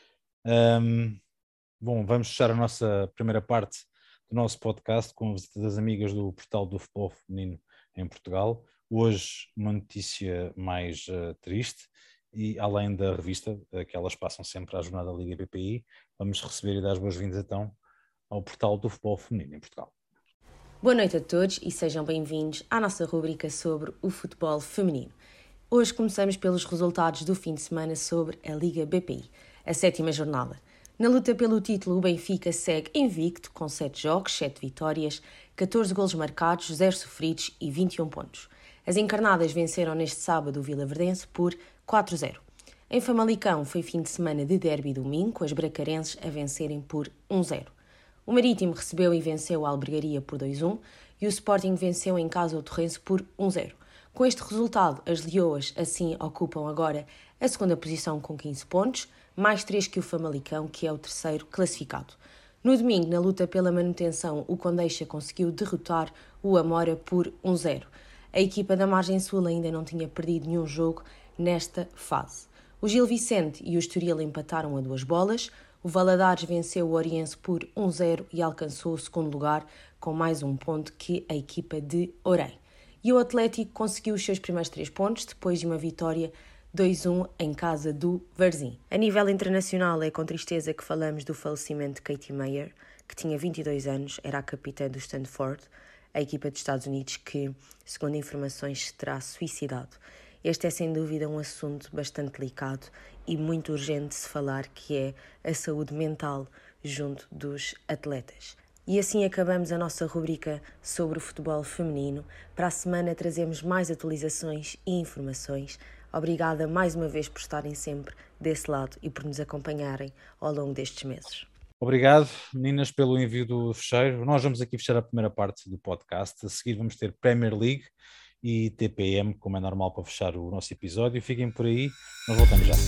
Bom, vamos fechar a nossa primeira parte do nosso podcast com a visita das amigas do Portal do Futebol Feminino em Portugal. Hoje uma notícia mais triste, e além da revista que elas passam sempre à jornada da Liga BPI, vamos receber e dar as boas-vindas então ao Portal do Futebol Feminino em Portugal. Boa noite a todos e sejam bem-vindos à nossa rubrica sobre o futebol feminino. Hoje começamos pelos resultados do fim de semana sobre a Liga BPI, a 7ª jornada. Na luta pelo título, o Benfica segue invicto com 7 jogos, 7 vitórias, 14 golos marcados, 0 sofridos e 21 pontos. As encarnadas venceram neste sábado o Vilaverdense por 4-0. Em Famalicão foi fim de semana de derby do Minho, com as bracarenses a vencerem por 1-0. O Marítimo recebeu e venceu a Albergaria por 2-1 e o Sporting venceu em casa o Torrense por 1-0. Com este resultado, as Leoas assim ocupam agora a 2ª posição com 15 pontos, mais 3 que o Famalicão, que é o 3º classificado. No domingo, na luta pela manutenção, o Condeixa conseguiu derrotar o Amora por 1-0. A equipa da Margem Sul ainda não tinha perdido nenhum jogo nesta fase. O Gil Vicente e o Estoril empataram a 2 bolas, o Valadares venceu o Oriense por 1-0 e alcançou o 2º lugar com mais 1 ponto que a equipa de Orem. E o Atlético conseguiu os seus primeiros 3 pontos depois de uma vitória 2-1 em casa do Varzim. A nível internacional, é com tristeza que falamos do falecimento de Katie Meyer, que tinha 22 anos, era a capitã do Stanford, a equipa dos Estados Unidos que, segundo informações, se terá suicidado. Este é sem dúvida um assunto bastante delicado e muito urgente de se falar, que é a saúde mental junto dos atletas. E assim acabamos a nossa rubrica sobre o futebol feminino. Para a semana trazemos mais atualizações e informações. Obrigada mais uma vez por estarem sempre desse lado e por nos acompanharem ao longo destes meses. Obrigado, meninas, pelo envio do fecheiro. Nós vamos aqui fechar a primeira parte do podcast. A seguir vamos ter Premier League e TPM, como é normal, para fechar o nosso episódio. Fiquem por aí, nós voltamos já.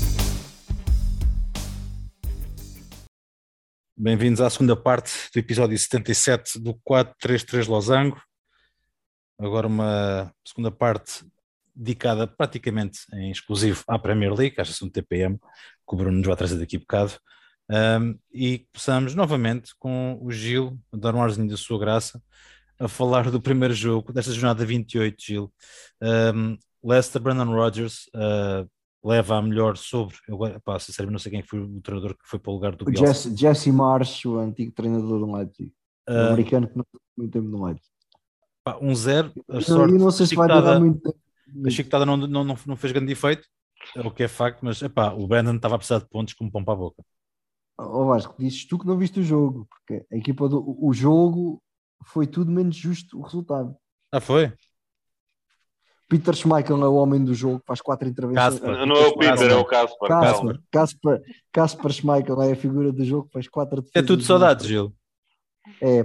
Bem-vindos à segunda parte do episódio 77 do 433 Losango. Agora uma segunda parte dedicada praticamente em exclusivo à Premier League, à sessão do TPM, que o Bruno nos vai trazer daqui a bocado. E começamos novamente com o Gil, a dar um arzinho da sua graça, a falar do primeiro jogo desta jornada 28, Gil. Leicester, Brendan Rodgers leva a melhor sobre, sinceramente não sei quem foi o treinador que foi para o lugar do Bielsa. Jesse Marsh, o antigo treinador do Leipzig, o americano que não tem muito tempo no Leipzig. 1-0, a sorte, não sei se vai durar muito tempo. A chicotada não fez grande efeito, é o que é facto, mas o Brandon estava a precisar de pontos como pão para a boca. Vasco, dizes tu que não viste o jogo, porque a equipa o jogo foi tudo menos justo o resultado. Foi? Peter Schmeichel é o homem do jogo, faz 4 intervenções. Não é o Peter, é o Casper Schmeichel é a figura do jogo, faz 4 defesas. É tudo saudades, Gil. É.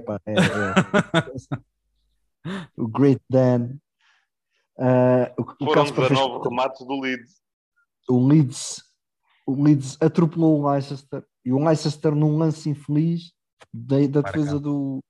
O Great Dan. Foram 19 remates do Leeds. O Leeds atropelou o Leicester, e o Leicester num lance infeliz da defesa do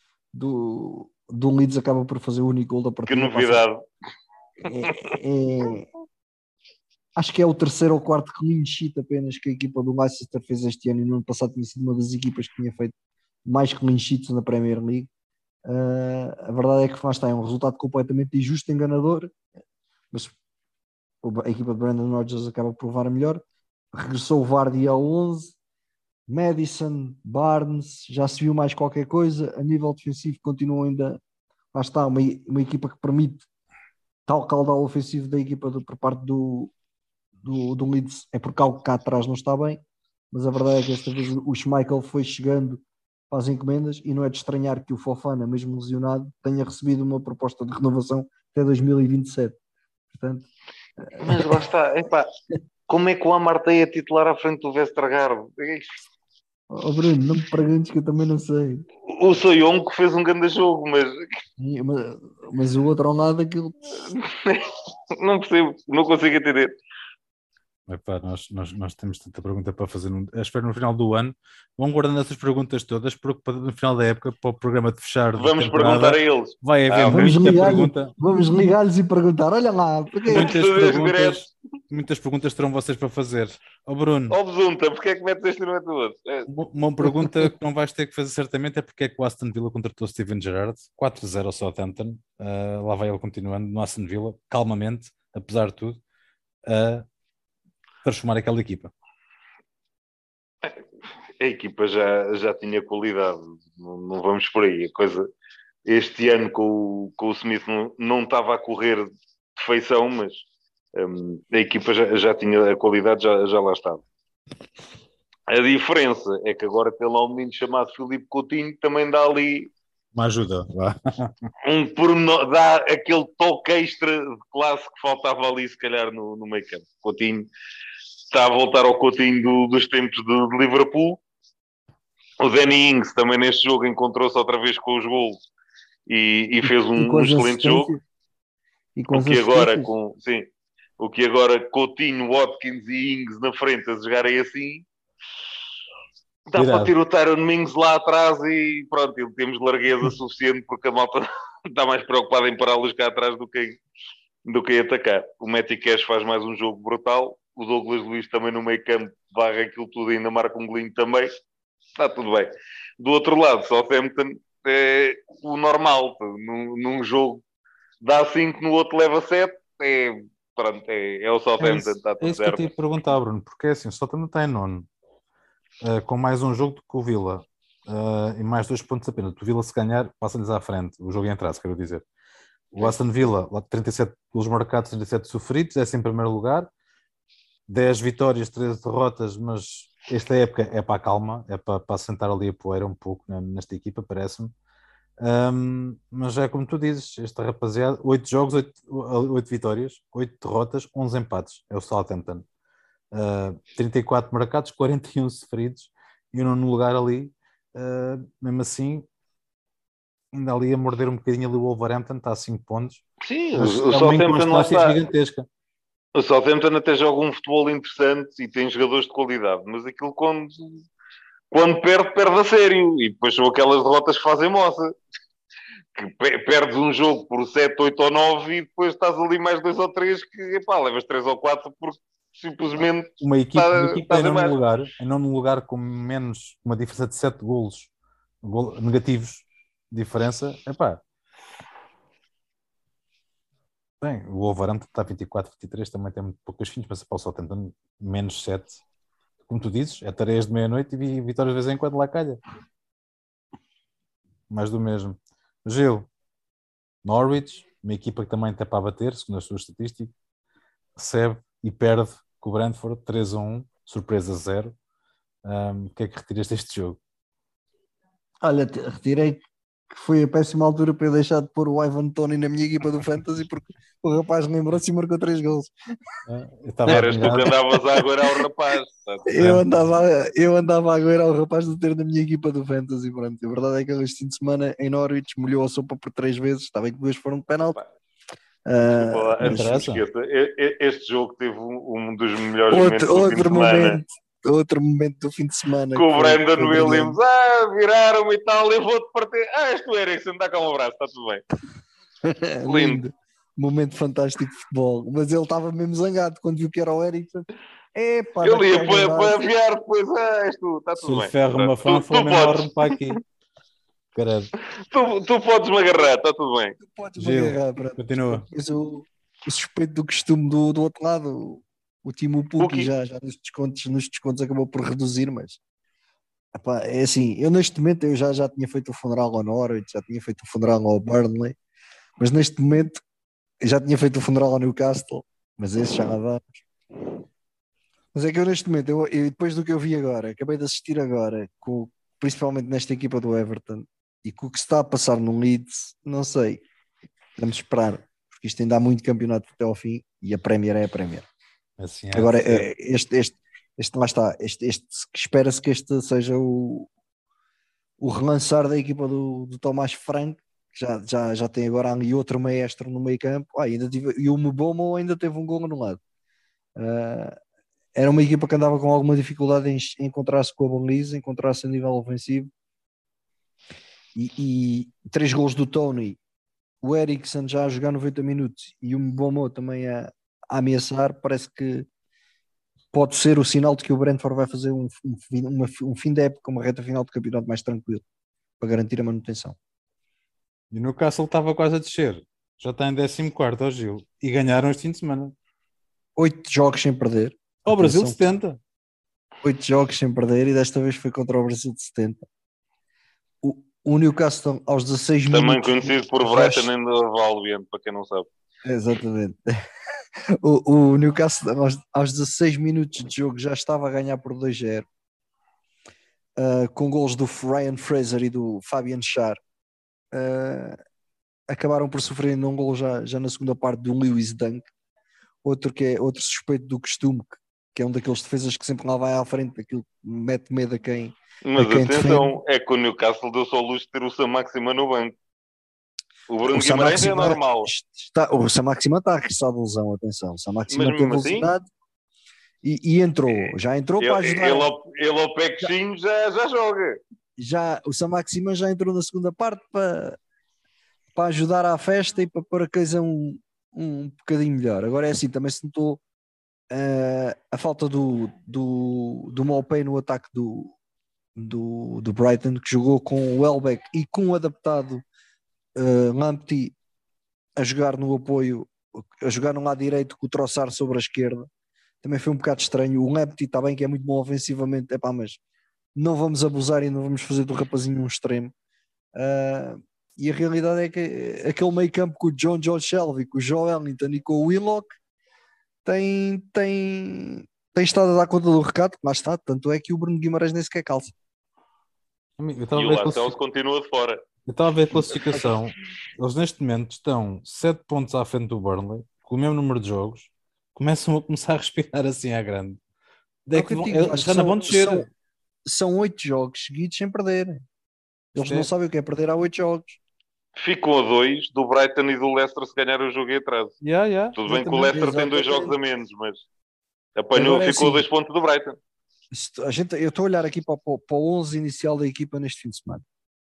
Leeds acaba por fazer o único gol da partida. Que novidade. acho que é o terceiro ou quarto clean sheet apenas que a equipa do Leicester fez este ano, e no ano passado tinha sido uma das equipas que tinha feito mais clean sheets na Premier League. A verdade é que lá está, é um resultado completamente injusto, enganador, mas a equipa de Brendan Rodgers acaba por provar a melhor. Regressou o Vardy ao 11, Maddison, Barnes, já se viu mais qualquer coisa. A nível defensivo continua ainda, lá está, uma equipa que permite tal caudal ofensivo da equipa por parte do Leeds, é porque algo cá atrás não está bem, mas a verdade é que esta vez o Schmeichel foi chegando para as encomendas, e não é de estranhar que o Fofana, mesmo lesionado, tenha recebido uma proposta de renovação até 2027. Portanto, mas lá está, epá, como é que o Amartey é titular à frente do Vestergaard? Bruno, não me perguntes que eu também não sei. O Soyong que fez um grande jogo, mas o outro ao lado aquilo não percebo, não consigo entender. Epá, nós temos tanta pergunta para fazer. Espero no final do ano. Vão guardando essas perguntas todas, porque no final da época, para o programa de fechar de Vamos temporada, perguntar a eles. vai haver muita pergunta. Vamos ligar-lhes e perguntar: olha lá, muitas perguntas terão vocês para fazer. Bruno, Besunta, porque é que metes este no outro? Uma pergunta que não vais ter que fazer certamente é porque é que o Aston Villa contratou Steven Gerrard, 4-0 ao Southampton. Lá vai ele continuando no Aston Villa, calmamente, apesar de tudo, transformar aquela equipa. A equipa já tinha qualidade, não vamos por aí. A coisa, este ano com o Smith não estava a correr de feição, mas a equipa já tinha a qualidade, já lá estava. A diferença é que agora tem lá um menino chamado Filipe Coutinho, que também dá ali uma ajuda, dá aquele toque extra de classe que faltava ali, se calhar, no meio campo. Coutinho está a voltar ao Coutinho dos tempos de Liverpool. O Danny Ings também neste jogo encontrou-se outra vez com os golos e fez um excelente jogo. O que agora Coutinho, Watkins e Ings na frente a jogarem assim, dá para ter o Tyrone Mings lá atrás e pronto, temos largueza suficiente, porque a malta está mais preocupada em pará-los cá atrás do que em atacar. O Matty Cash faz mais um jogo brutal. O Douglas Luiz também no meio campo varre aquilo tudo e ainda marca um golinho também. Está tudo bem. Do outro lado, Southampton é o normal. Num jogo dá 5, no outro leva 7. É o Southampton. Está tudo certo. Que eu te ia perguntar, Bruno, porque é assim, o Southampton está em nono, com mais um jogo do que o Villa, e mais 2 pontos apenas. O Villa, se ganhar, passa-lhes à frente. O jogo em atraso, quero dizer. O Aston Villa, lá 37 golos marcados, 37 sofridos, é em primeiro lugar. 10 vitórias, 13 derrotas, mas esta época é para a calma, é para sentar ali a poeira um pouco nesta equipa, parece-me. Mas é como tu dizes, esta rapaziada, 8 jogos, 8 vitórias, 8 derrotas, 11 empates, é o Southampton. 34 marcados, 41 sofridos, e o nono lugar ali, mesmo assim, ainda ali a morder um bocadinho ali o Wolverhampton, está a 5 pontos. Sim, mas o Southampton não está gigantesca. O Southampton até joga um futebol interessante e tem jogadores de qualidade, mas aquilo quando perde a sério, e depois são aquelas derrotas que fazem moça, que perdes um jogo por 7, 8 ou 9 e depois estás ali mais 2 ou 3 que, levas 3 ou 4 porque simplesmente uma equipa em nono lugar com menos, uma diferença de 7 golos negativos de diferença, bem, o Wolverhampton está 24, 23, também tem muito poucas fins, mas para o Southampton menos 7. Como tu dizes, é tareias de meia-noite e vitórias de vez em quando lá calha. Mais do mesmo. Gil, Norwich, uma equipa que também está para bater, segundo a sua estatística, recebe e perde com o Brentford 3-1, surpresa 0. O que é que retiras deste jogo? Olha, retirei que foi a péssima altura para eu deixar de pôr o Ivan Toney na minha equipa do Fantasy, porque o rapaz lembrou-se e marcou 3 gols. Eras tu que andavas a aguardar ao rapaz. Eu andava a aguardar ao rapaz de ter na minha equipa do Fantasy. Pronto. A verdade é que este fim de semana em Norwich molhou a sopa por 3 vezes. Está bem que 2 foram de penalti. Este jogo teve um dos melhores momentos do fim de semana. Outro momento do fim de semana. Com o Brandon Williams, viraram-me e tal, eu vou-te partir. És tu, Eriksen, dá cá um abraço, está tudo bem. Lindo. momento fantástico de futebol, mas ele estava mesmo zangado quando viu que era o Eriksen. Epá, Ele ia para aviar depois, és tu, está Se tudo lhe bem. ferro uma fã, Tu morre para aqui. Caralho. Tu podes-me agarrar, está tudo bem. Tu podes-me Gil, agarrar, pronto. continua. Depois o suspeito do costume do outro lado, o Timo Pukki já nos descontos acabou por reduzir, mas epá, é assim, eu neste momento eu já tinha feito o funeral ao Norwich, já tinha feito o funeral ao Burnley, mas neste momento eu já tinha feito o funeral ao Newcastle, mas esse já lá vamos. Mas é que eu neste momento, eu depois do que eu vi agora, acabei de assistir agora, principalmente nesta equipa do Everton, e com o que se está a passar no Leeds, não sei, vamos esperar, porque isto ainda há muito campeonato até ao fim, e a Premier é a Premier. Assim agora, lá está, espera-se que este seja o relançar da equipa do Tomás Frank, que já tem agora ali outro maestro no meio campo, e o Mbeumo ainda teve um gol anulado. Era uma equipa que andava com alguma dificuldade em encontrar-se com a baliza, encontrar-se a nível ofensivo, e 3 gols do Tony, o Eriksen já a jogar 90 minutos e o Mbeumo também a ameaçar, parece que pode ser o sinal de que o Brentford vai fazer um fim de época, uma reta final de campeonato mais tranquilo, para garantir a manutenção. E o Newcastle estava quase a descer, já está em 14º, Gil, e ganharam este fim de semana. 8 jogos sem perder. O Brasil de 70. 8 jogos sem perder, e desta vez foi contra o Brasil de 70. O Newcastle aos 16 Também minutos... Também conhecido por Brighton and Hove Albion, para quem não sabe. Exatamente. O Newcastle aos 16 minutos de jogo já estava a ganhar por 2-0, com gols do Ryan Fraser e do Fabian Schär. Acabaram por sofrer um gol já na segunda parte do Lewis Dunk, outro suspeito do costume, que é um daqueles defesas que sempre lá vai à frente, aquilo mete medo a quem. Mas atenção, é que o Newcastle deu só luz de ter o Sam Maxima no banco. O Bruno Guimarães é normal. O Sam Maxima está a regressar de lesão, atenção. O Sam Maxima teve lesionado e entrou, já entrou para ajudar. Ele ao pequinho já joga. O Sam Maxima já entrou na segunda parte para ajudar à festa e para pôr a coisa um bocadinho melhor. Agora é assim, também se notou a falta do Maupay no ataque do Brighton, que jogou com o Welbeck e com o adaptado Lamptey a jogar no apoio, a jogar no lado direito com o Trossard sobre a esquerda. Também foi um bocado estranho. O Lamptey está bem, que é muito bom ofensivamente, mas não vamos abusar e não vamos fazer do rapazinho um extremo. E a realidade é que aquele meio campo com o John Shelby, com o Joe Ellington e com o Willock tem estado a dar conta do recado, lá está, tanto é que o Bruno Guimarães nem sequer calça. E o Lascelles continua de fora. Eu estava a ver a classificação. Eles neste momento estão 7 pontos à frente do Burnley, com o mesmo número de jogos. Começam a começar a respirar assim à grande. Já não vão descer. São 8 jogos seguidos sem perder. Eles não sabem o que é perder há 8 jogos. Ficam a 2 do Brighton e do Leicester se ganhar o jogo em atraso. Tudo bem que o Leicester tem 2 jogos a menos, mas ficou a 2 pontos do Brighton. Eu estou a olhar aqui para o 11 inicial da equipa neste fim de semana.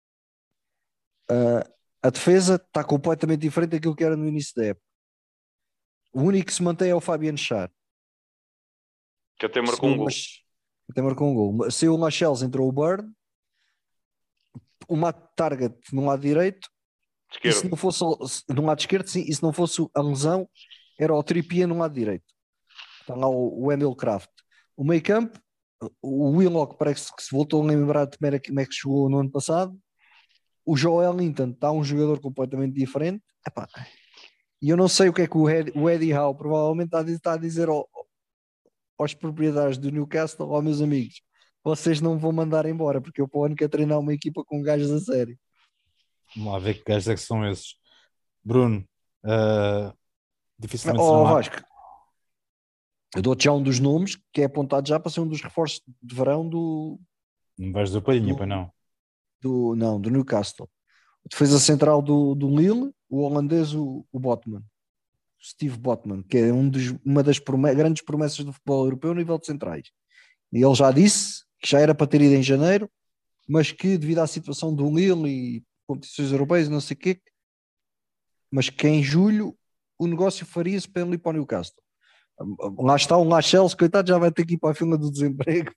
A defesa está completamente diferente daquilo que era no início da época. O único que se mantém é o Fabian Schär, que até marcou um gol. Saiu o Lascelles, entrou o Bird, o Matt Target no lado direito, e se não fosse no lado esquerdo, sim, e se não fosse a lesão, era o Trippier no lado direito. Está lá o Emil Kraft. O meio campo, o Willock parece que se voltou a lembrar de como é que jogou no ano passado. O Joe Ellington está um jogador completamente diferente. E eu não sei o que é que o Eddie Howe provavelmente está a dizer aos proprietários do Newcastle, meus amigos, vocês não vão mandar embora, porque eu para o ano quero treinar uma equipa com gajos a sério. Vamos lá ver que gajos é que são esses. Bruno, dificilmente Vasco, eu dou-te já um dos nomes que é apontado já para ser um dos reforços de verão do... Não vais dizer Palhinha, para não? Do Newcastle. O defesa central do Lille, o holandês, o Botman. Steve Botman, que é uma das grandes promessas do futebol europeu a nível de centrais. E ele já disse que já era para ter ido em janeiro, mas que devido à situação do Lille e competições europeias, não sei o quê, mas que em julho o negócio faria-se para ele ir para o Newcastle. Lá está um Chelsea, coitado, já vai ter que ir para a fila do desemprego.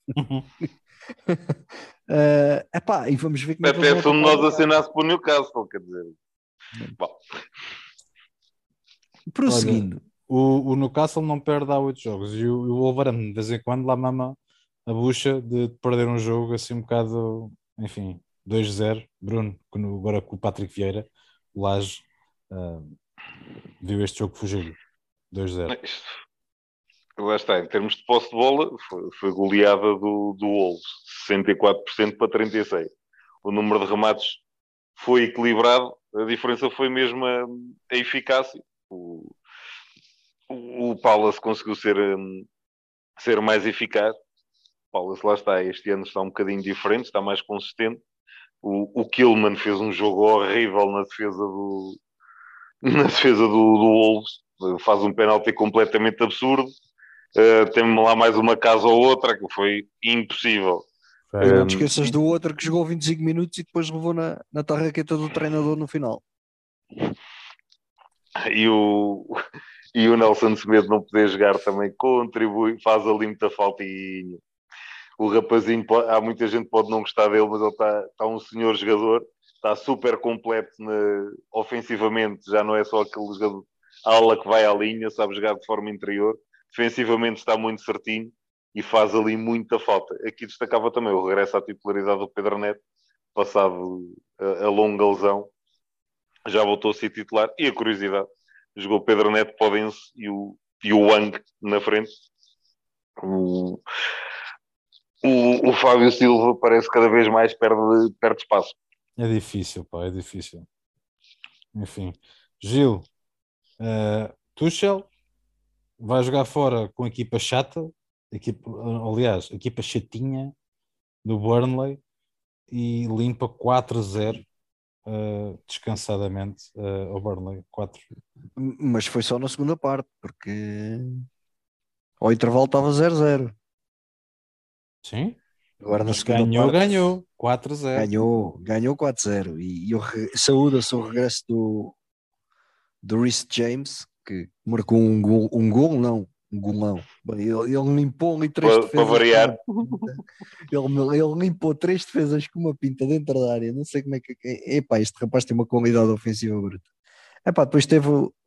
E vamos ver como é que até se um de nós assinasse para o Newcastle, quer dizer. Bom. Prosseguindo. Olha, o Newcastle não perde há 8 jogos e o Wolverhampton de vez em quando lá mama a bucha de perder um jogo assim um bocado, enfim, 2-0. Bruno, agora com o Patrick Vieira, o Laje, viu este jogo fugir 2-0. Lá está, em termos de posse de bola, foi goleada do Wolves, 64% para 36%. O número de remates foi equilibrado, a diferença foi mesmo a eficácia. O Palace conseguiu ser mais eficaz. O Palace, lá está, este ano está um bocadinho diferente, está mais consistente. O Kilman fez um jogo horrível na defesa do Wolves, faz um penalti completamente absurdo. Tem lá mais uma casa ou outra que foi impossível. Não te esqueças do outro que jogou 25 minutos e depois levou na tarraqueta do treinador no final. E o Nelson Semedo não poder jogar também contribui, faz ali muita falta. E o rapazinho, há muita gente que pode não gostar dele, mas ele está um senhor jogador, está super completo ofensivamente, já não é só aquele jogador ala que vai à linha, sabe jogar de forma interior. Defensivamente está muito certinho e faz ali muita falta. Aqui destacava também o regresso à titularidade do Pedro Neto, passado a longa lesão, já voltou a ser titular. E a curiosidade, jogou Pedro Neto, Podense e o Wang na frente. O Fábio Silva parece cada vez mais perde espaço. É difícil, pá, é difícil. Enfim, Gil, Tuchel vai jogar fora com a equipa chata, equipa chatinha do Burnley e limpa 4-0 descansadamente ao Burnley. 4. Mas foi só na segunda parte, porque ao intervalo estava 0-0. Sim. Agora na mas segunda ganhou, parte, ganhou 4-0. Ganhou 4-0 e eu saúdo-se o regresso do Reece James, que marcou um golão. Bem, ele limpou ali 3 defesas para variar. ele limpou 3 defesas com uma pinta dentro da área. Não sei como é que este rapaz tem uma qualidade ofensiva bruta. Depois teve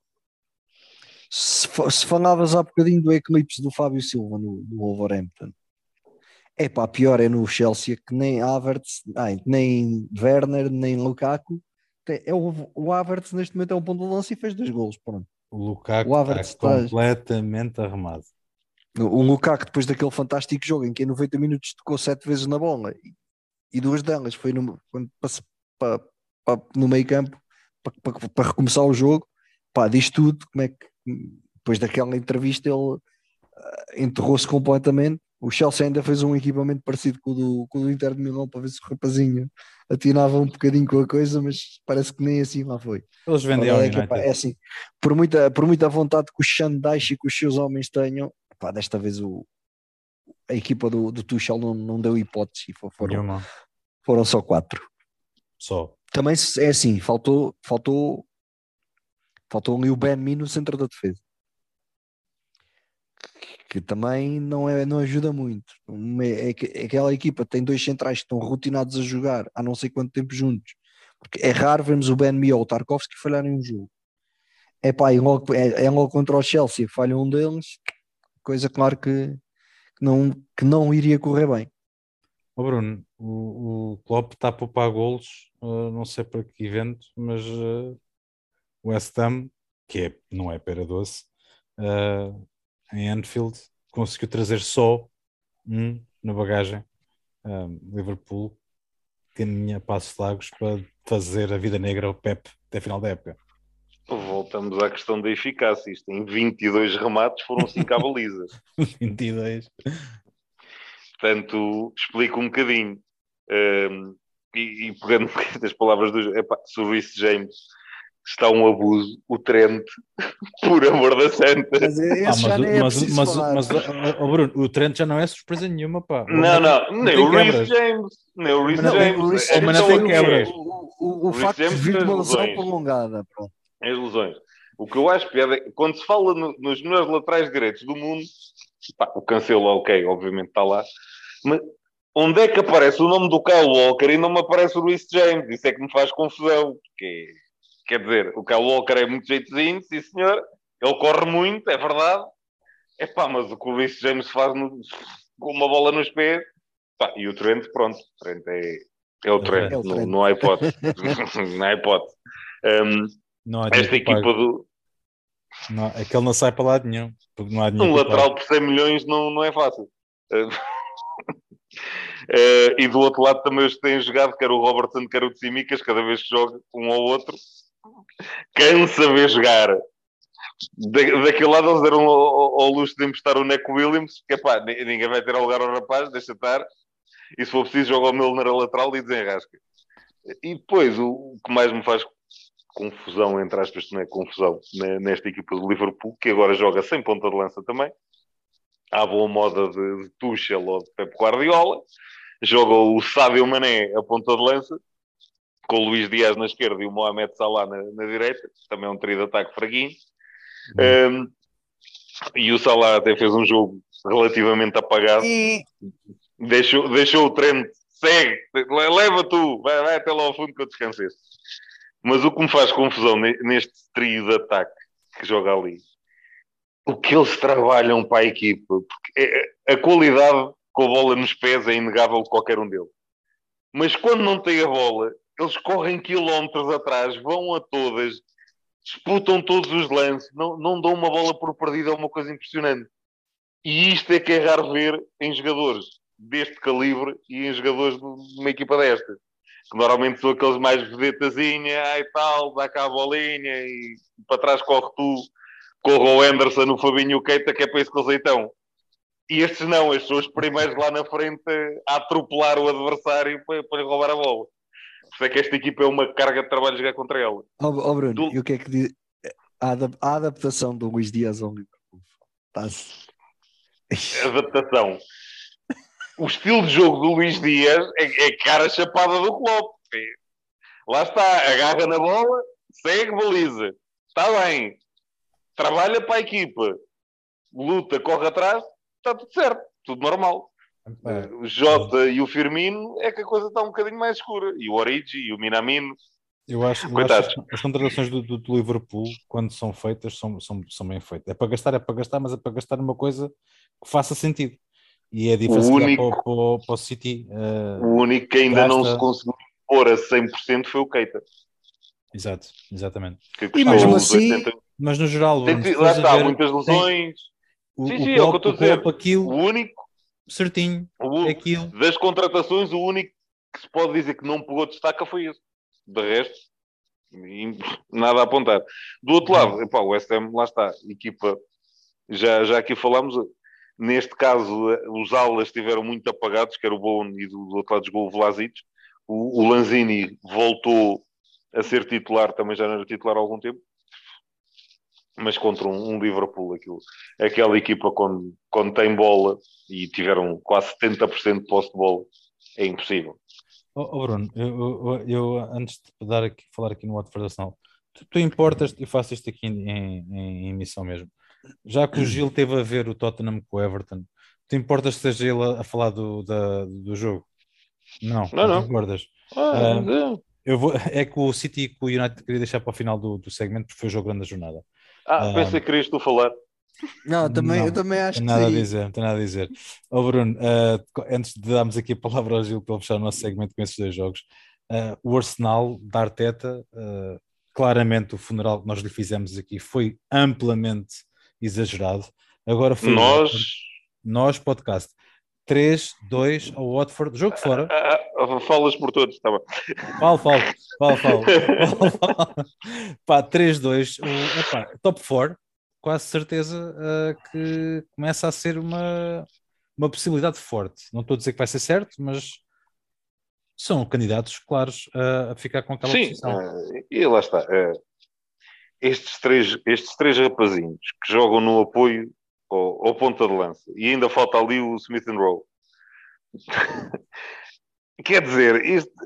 se falavas há bocadinho do eclipse do Fábio Silva no Wolverhampton, pior é no Chelsea, que nem Havertz, nem Werner, nem Lukaku. O Havertz neste momento é um ponto de lança e fez 2 golos. Pronto. O Lukaku está completamente arrumado. O Lukaku, depois daquele fantástico jogo em que em 90 minutos tocou 7 vezes na bola e 2 delas foi no meio campo para recomeçar o jogo, diz tudo. Como é que depois daquela entrevista ele enterrou-se completamente. O Chelsea ainda fez um equipamento parecido com o do Inter de Milão para ver se o rapazinho atinava um bocadinho com a coisa, mas parece que nem assim lá foi. Eles vendem ao United. É assim, por muita vontade que o Shandaish e que os seus homens tenham, desta vez a equipa do Tuchel não deu hipótese e foram só 4. Só. Também é assim, faltou ali o Ben-Mee no centro da defesa, que também não ajuda muito. Aquela equipa tem 2 centrais que estão rotinados a jogar há não sei quanto tempo juntos, porque é raro vermos o Ben-Mee ou o Tarkovsky falharem um jogo. E logo contra o Chelsea falha um deles, coisa claro que não iria correr bem. Bruno, o Klopp está a poupar golos, não sei para que evento, mas o West Ham, que não é pera doce, em Anfield, conseguiu trazer só na bagagem. Liverpool caminha passos largos para fazer a vida negra ao Pep até a final da época. Voltamos à questão da eficácia. Isto em 22 remates foram 5 à baliza. 22. Portanto, explico um bocadinho. E pegando das palavras se o Reece James está um abuso, o Trent, por amor da santa. Mas Bruno, o Trent já não é surpresa nenhuma, pá. Nem o Reece James. Nem o Reece James. O facto de vir de uma lesão prolongada. Pronto. As lesões. O que eu acho piada é quando se fala nos melhores laterais direitos do mundo, pá, o Cancelo, ok, obviamente está lá, mas onde é que aparece o nome do Kyle Walker e não me aparece o Reece James? Isso é que me faz confusão, porque, quer dizer, o Kyle Walker é muito jeitozinho, sim senhor, ele corre muito, é verdade, mas o que o Reece James faz com uma bola nos pés, pá, e o Trent, pronto, o Trent é o Trent, É o Trent. não há hipótese. Não há hipótese. Não há Esta equipa do... Não, aquele não sai para lado nenhum, porque não há dinheiro Um para lateral por 100 milhões não é fácil. E do outro lado também os que têm jogado, quer o Robertson, quer o Tsimikas, cada vez que joga um ao outro, cansa ver jogar. Daquele lado eles deram ao luxo de emprestar o Neco Williams, que ninguém vai ter a lugar ao rapaz, deixa estar. E se for preciso, joga o Milner a lateral e desenrasca. E depois, o que mais me faz confusão, entre aspas, não é confusão, nesta equipa do Liverpool, que agora joga sem ponta de lança também, à boa moda de Tuchel ou de Pep Guardiola, joga o Sadio Mané a ponta de lança, com o Luís Dias na esquerda e o Mohamed Salah na direita, também é um trio de ataque fraguinho. E o Salah até fez um jogo relativamente apagado. Deixou o Trent, segue, leva tu, vai até lá ao fundo que eu descansei. Mas o que me faz confusão neste trio de ataque que joga ali, o que eles trabalham para a equipa, porque a qualidade com a bola nos pés é inegável de qualquer um deles. Mas quando não tem a bola, eles correm quilómetros atrás, vão a todas, disputam todos os lances, não dão uma bola por perdida, é uma coisa impressionante. E isto é que é raro ver em jogadores deste calibre e em jogadores de uma equipa destas. Que normalmente são aqueles mais vedetazinha, e tal, dá cá a bolinha e para trás corre tu, corre o Anderson, o Fabinho e o Keita, que é para isso que eles aí estão. E estes não, estes são os primeiros lá na frente a atropelar o adversário para lhe roubar a bola. Por isso é que esta equipa é uma carga de trabalho jogar contra ela. Bruno, e o que é que diz? A adaptação do Luís Dias ao Liverpool. Adaptação. O estilo de jogo do Luís Dias é cara chapada do Klopp. Lá está, agarra na bola, segue, baliza. Está bem. Trabalha para a equipa. Luta, corre atrás, está tudo certo. Tudo normal. O Jota e o Firmino é que a coisa está um bocadinho mais escura. E o Origi e o Minamino. Eu acho as contratações do Liverpool, quando são feitas, são bem feitas. É para gastar, mas é para gastar numa coisa que faça sentido. E é a diferença para o City. O único que ainda não se conseguiu pôr a 100% foi o Keita. Exatamente. E mesmo assim... 80... Mas no geral, lá está, muitas lesões. Sim, é o que eu estou a dizer. O único... Certinho. Aquilo. Das contratações, o único que se pode dizer que não pegou destaca foi esse. De resto, nada a apontar. Do outro lado, o West Ham, lá está, equipa, já aqui falámos, neste caso, os alas estiveram muito apagados, que era o Bowen, e do outro lado jogou o Vlasic. O Lanzini voltou a ser titular, também já não era titular há algum tempo, mas contra um Liverpool, aquela equipa quando tem bola, e tiveram quase 70% de posse de bola, é impossível. Bruno, eu antes de falar aqui no Watford Arsenal, tu importas, e faço isto aqui em emissão mesmo, já que o Gil teve a ver o Tottenham com o Everton, tu importas que seja ele a falar do jogo? Não te importas. É que o City e o United queria deixar para o final do segmento, porque foi o jogo grande da jornada. Pensei que querias tu falar. Eu também acho que sim. Não tem nada a dizer. Bruno, antes de darmos aqui a palavra ao Gil para fechar o nosso segmento com esses dois jogos, o Arsenal da Arteta, claramente o funeral que nós lhe fizemos aqui foi amplamente exagerado. Agora foi nós podcast 3-2 ao Watford, jogo fora. Falas por todos, está bem. Falo. Pá, 3-2, top 4, quase certeza que começa a ser uma possibilidade forte. Não estou a dizer que vai ser certo, mas são candidatos claros a ficar com aquela posição. E lá está. Estes três rapazinhos que jogam no apoio ao ponta de lança, e ainda falta ali o Smith and Rowe. Quer dizer,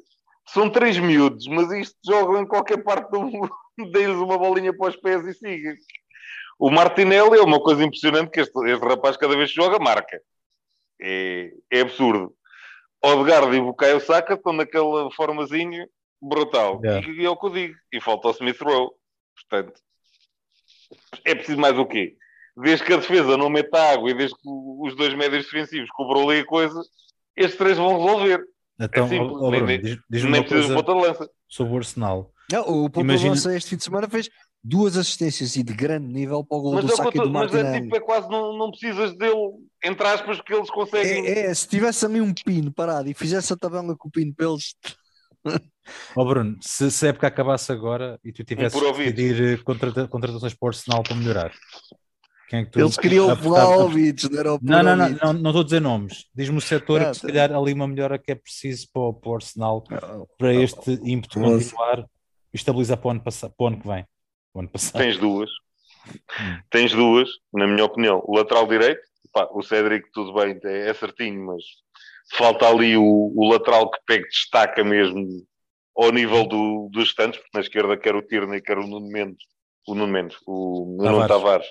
São 3 miúdos, mas isto jogam em qualquer parte do mundo. Dê-lhes uma bolinha para os pés e siga. O Martinelli é uma coisa impressionante que este rapaz cada vez que joga marca. É absurdo. Odegaard e Bukayo Saka estão naquela formazinha brutal. Yeah. E é o que eu digo. E falta o Smith Rowe. Portanto, é preciso mais o quê? Desde que a defesa não meta água e desde que os dois médios defensivos cobram ali a coisa, estes 3 vão resolver. Então, é simples. Bruno, diz-me nem uma precisa de coisa ponta de lança. sobre o Arsenal. Não, o ponto de lança este fim de semana fez 2 assistências e de grande nível para o gol do Saka e do Martinelli. Mas é quase não precisas dele, entre aspas, que eles conseguem. Se tivesse ali um pino parado e fizesse a tabela com o pino para eles. Bruno, se a época acabasse agora e tu tivesses que decidir contratações para o Arsenal para melhorar, quem é que tu eles queriam o Vlahovic, não era o Não estou a dizer nomes. Diz-me o setor que se calhar ali uma melhora que é preciso para o Arsenal para este ímpeto continuar e estabilizar para o ano que vem. O ano passado. Tens duas, na minha opinião. O lateral direito, o Cédric, tudo bem, é certinho, mas falta ali o lateral que pega, destaca mesmo ao nível dos restantes, porque na esquerda quer o Tierney, quer o Nuno Mendes, o Nuno Tavares.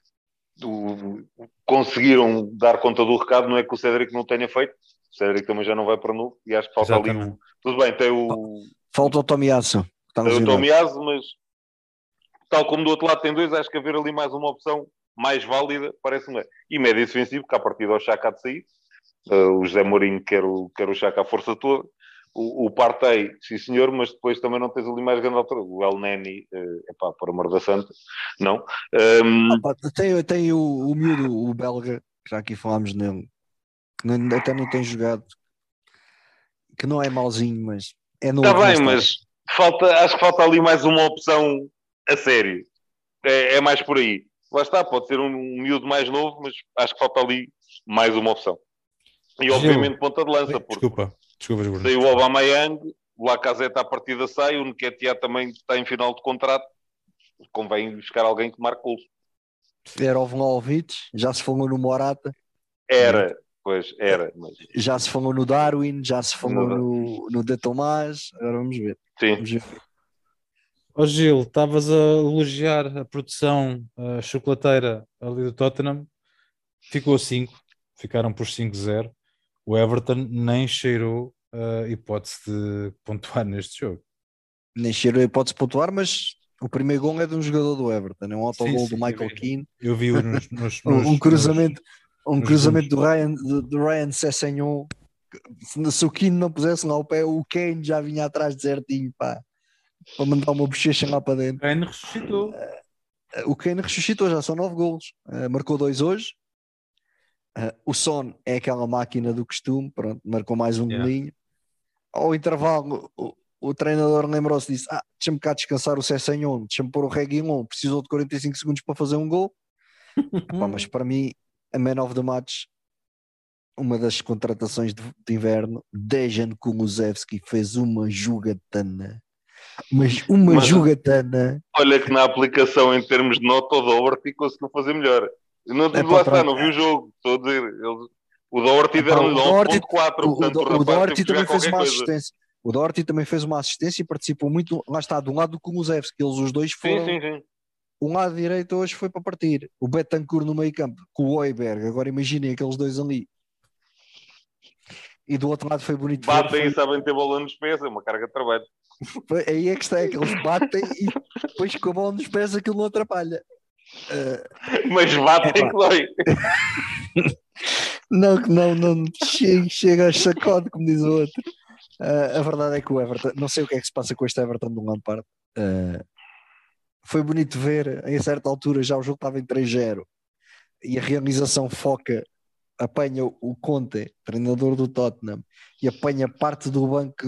Conseguiram dar conta do recado, não é que o Cédric não tenha feito. O Cédric também já não vai para novo e acho que falta ali tudo bem, tem falta o Tomiasso. Tem o Tomiasso, mas tal como do outro lado tem 2, acho que haver ali mais uma opção mais válida, parece-me. E médio defensivo, que a partir do Xhaka de sair. O José Mourinho quer o Xhaka à força toda. O Partey, sim senhor, mas depois também não tens ali mais grande altura. O El Neni, por amor da santa, não. Tem o miúdo, o belga, que já aqui falámos nele, que até não tem jogado, que não é mauzinho, mas é novo. Está bem, mas acho que falta ali mais uma opção a sério. É mais por aí. Lá está, pode ser um miúdo mais novo, mas acho que falta ali mais uma opção. E obviamente ponta de lança. Desculpa, Saiu o Aubameyang, o Lacazette à partida sai, o Nketiah também está em final de contrato. Convém buscar alguém que marque gols. Era o Vlahovic, já se falou no Morata. Era. Mas... Já se falou no Darwin, já se falou no De Tomás. Agora vamos ver. Sim. Gil, estavas a elogiar a produção chocolateira ali do Tottenham. Ficou 5. Ficaram por 5-0. O Everton nem cheirou a hipótese de pontuar neste jogo. Nem cheirou a hipótese de pontuar, mas o primeiro gol é de um jogador do Everton. É um autogol do Michael Keane. Eu vi um cruzamento do Ryan Sessegnon. Se o Keane não pusesse lá o pé, o Kane já vinha atrás de certinho para mandar uma bochecha lá para dentro. Kane ressuscitou. O Kane ressuscitou, já são 9 golos. Marcou 2 hoje. O Son é aquela máquina do costume, pronto, marcou mais um golinho. Ao intervalo, o treinador lembrou-se e disse: deixa-me cá descansar o Sessegnon, deixa-me pôr o Reguilon, precisou de 45 segundos para fazer um gol. Mas para mim, a man of the match, uma das contratações de inverno, Dejan Kulusevski fez uma jogatana. Mas jogatana. Olha que na aplicação, em termos de nota, o Doherty conseguiu fazer melhor. Não vi o jogo, estou a dizer. O Doherty deram-lhe 9.4. O Doherty também fez uma assistência. O Doherty também fez uma assistência e participou muito. Lá está, de um lado do Kulusevski, eles os dois foram. Sim. Um lado direito hoje foi para partir. O Betancourt no meio campo, com o Højbjerg. Agora imaginem aqueles dois ali. E do outro lado foi bonito. Batem e sabem ter bola nos pés, é uma carga de trabalho. Aí é que está, é que eles batem e depois com a bola nos pés aquilo não atrapalha. Mas batem que dói. Não, chega a sacode, como diz o outro. A verdade é que o Everton, não sei o que é que se passa com este Everton do Lampard. Foi bonito ver, em certa altura já o jogo estava em 3-0 e a realização foca, apanha o Conte, treinador do Tottenham, e apanha parte do banco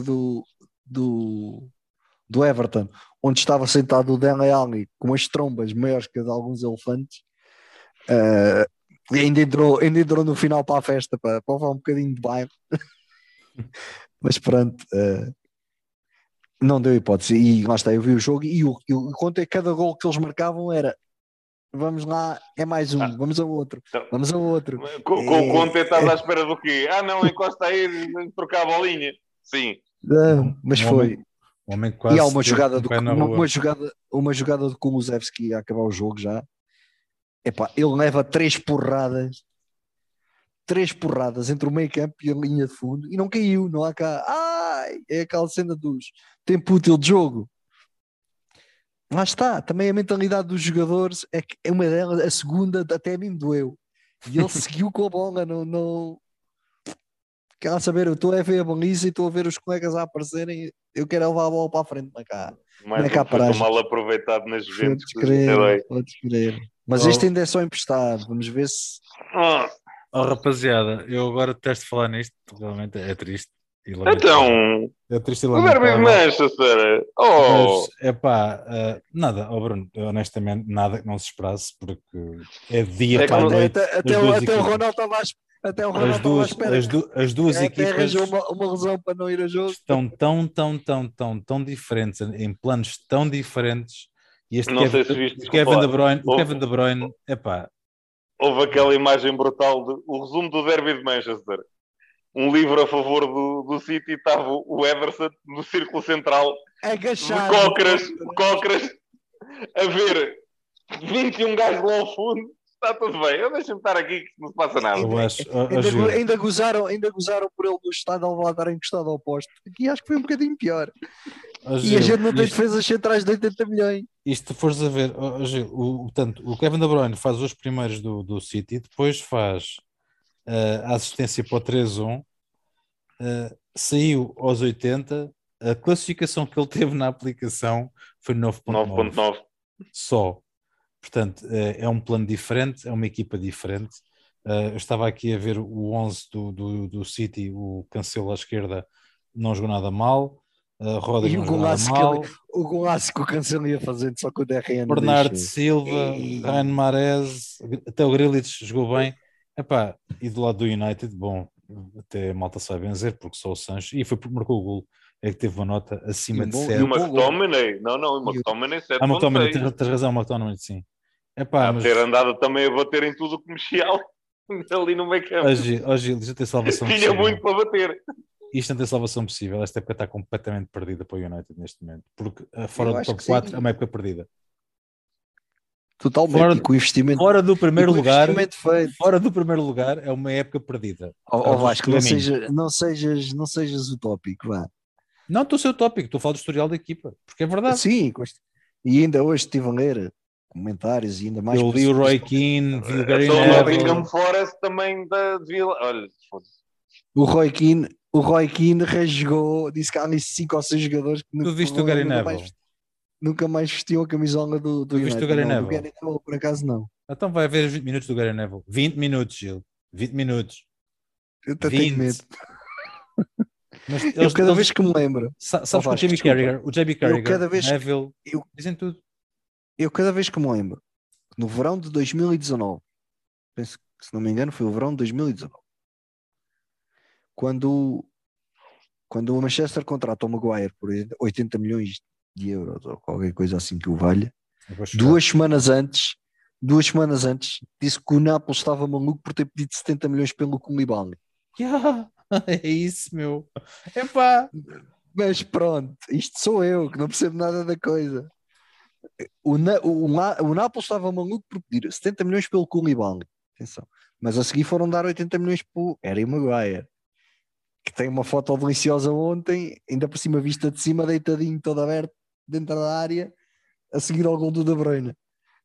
do Everton, onde estava sentado o Dele Alli com as trombas maiores que as de alguns elefantes. E ainda entrou no final para a festa para levar um bocadinho de baile. Mas pronto, não deu hipótese. E lá está, eu vi o jogo e o Conte, cada gol que eles marcavam era: vamos lá, é mais um, vamos ao outro. Com o Conte estás à espera do quê? Não, encosta aí e trocar a bolinha. Sim, Não, mas foi. Um homem quase e há uma jogada, uma jogada do Kulusevski a acabar o jogo já. Epá, ele leva três porradas entre o meio campo e a linha de fundo e não caiu, não há cá. Ai, é aquela cena dos tempo útil de jogo. Lá está, também a mentalidade dos jogadores é que é uma delas, a segunda até a mim doeu. E ele seguiu com a bola, não. Quer saber, eu estou a ver a baliza e estou a ver os colegas a aparecerem, eu quero levar a bola para a frente, não é cá. Mais um feito mal aproveitado nas Juventus. Podes crer. Mas este ainda é só emprestado, vamos ver se... rapaziada, eu agora testo falar nisto, realmente é triste. Então, é triste e o Derby de Manchester. Mas, nada, Bruno, honestamente, nada que não se esperasse, porque é dia para a noite. Até o Ronaldo estava à espera. As duas equipas uma lesão para não ir a jogo. Estão tão diferentes, em planos tão diferentes. E este Kevin De Bruyne, epá. Houve aquela imagem brutal o resumo do Derby de Manchester. Um livro a favor do City, estava o Ederson no círculo central, agachado, cócoras, a ver 21 gajos lá ao fundo. Está tudo bem, eu deixo-me estar aqui que não se passa nada. Ainda gozaram por ele no estado ao estar encostado ao posto. Aqui acho que foi um bocadinho pior. E a gente não tem defesas centrais de 80 milhões. Isto fores a ver, Gil, o Kevin De Bruyne faz os primeiros do City, depois faz a assistência para o 3-1, saiu aos 80, a classificação que ele teve na aplicação foi 9.9 só. Portanto, é um plano diferente, é uma equipa diferente. Eu estava aqui a ver o 11 do City, o Cancelo à esquerda não jogou nada mal, Rodas não jogou nada mal. O golaço que o Cancelo ia fazendo só com o DRN. Bernardo Silva, Ryan Mahrez, até o Grealish jogou bem. Epá, e do lado do United, bom, até a malta sabe benzer, porque só o Sancho, e foi porque marcou o gol, é que teve uma nota acima de 7. E o McTominay? Não, o McTominay 7.6. Tens razão, o McTominay sim. Epá, ter andado também a bater em tudo o comercial ali no meio campo. Gil, isto tem salvação possível. Tinha muito para bater. Isto não tem salvação possível, esta época está completamente perdida para o United neste momento, porque fora do top 4 é uma época perdida. Totalmente, com o investimento. Fora do primeiro lugar é uma época perdida. Vasco, não sejas utópico, vá. Não, estou a ser utópico, estou a falar do historial da equipa, porque é verdade. Sim, e ainda hoje estive a ler comentários e ainda mais. Eu li o Roy Keane, vi o Gary Neville. O Nottingham Forest também da Vila. Olha, foda-se. O Roy Keane rasgou, disse que há ali 5 ou 6 jogadores que tu viste o Gary Neville? Nunca mais vestiam a camisola do tu viste o Gary Neville? Do Gary Neville, por acaso não. Então vai ver os 20 minutos do Gary Neville. 20 minutos, Gil. 20 minutos. Eu até tenho medo. Mas cada vez que me lembro. Sabes que o JB Carragher, Neville, dizem tudo. Eu cada vez que me lembro, no verão de 2019, penso que, se não me engano, foi o verão de 2019, quando o Manchester contratou o Maguire por 80 milhões de euros ou qualquer coisa assim que o valha, 2 semanas antes disse que o Nápoles estava maluco por ter pedido 70 milhões pelo Koulibaly. É isso, meu. Epá. Mas pronto, isto sou eu que não percebo nada da coisa. O Nápoles estava maluco por pedir 70 milhões pelo Koulibaly, atenção, mas a seguir foram dar 80 milhões pelo Harry Maguire, que tem uma foto deliciosa ontem, ainda por cima vista de cima, deitadinho, todo aberto dentro da área, a seguir ao gol do De Bruyne.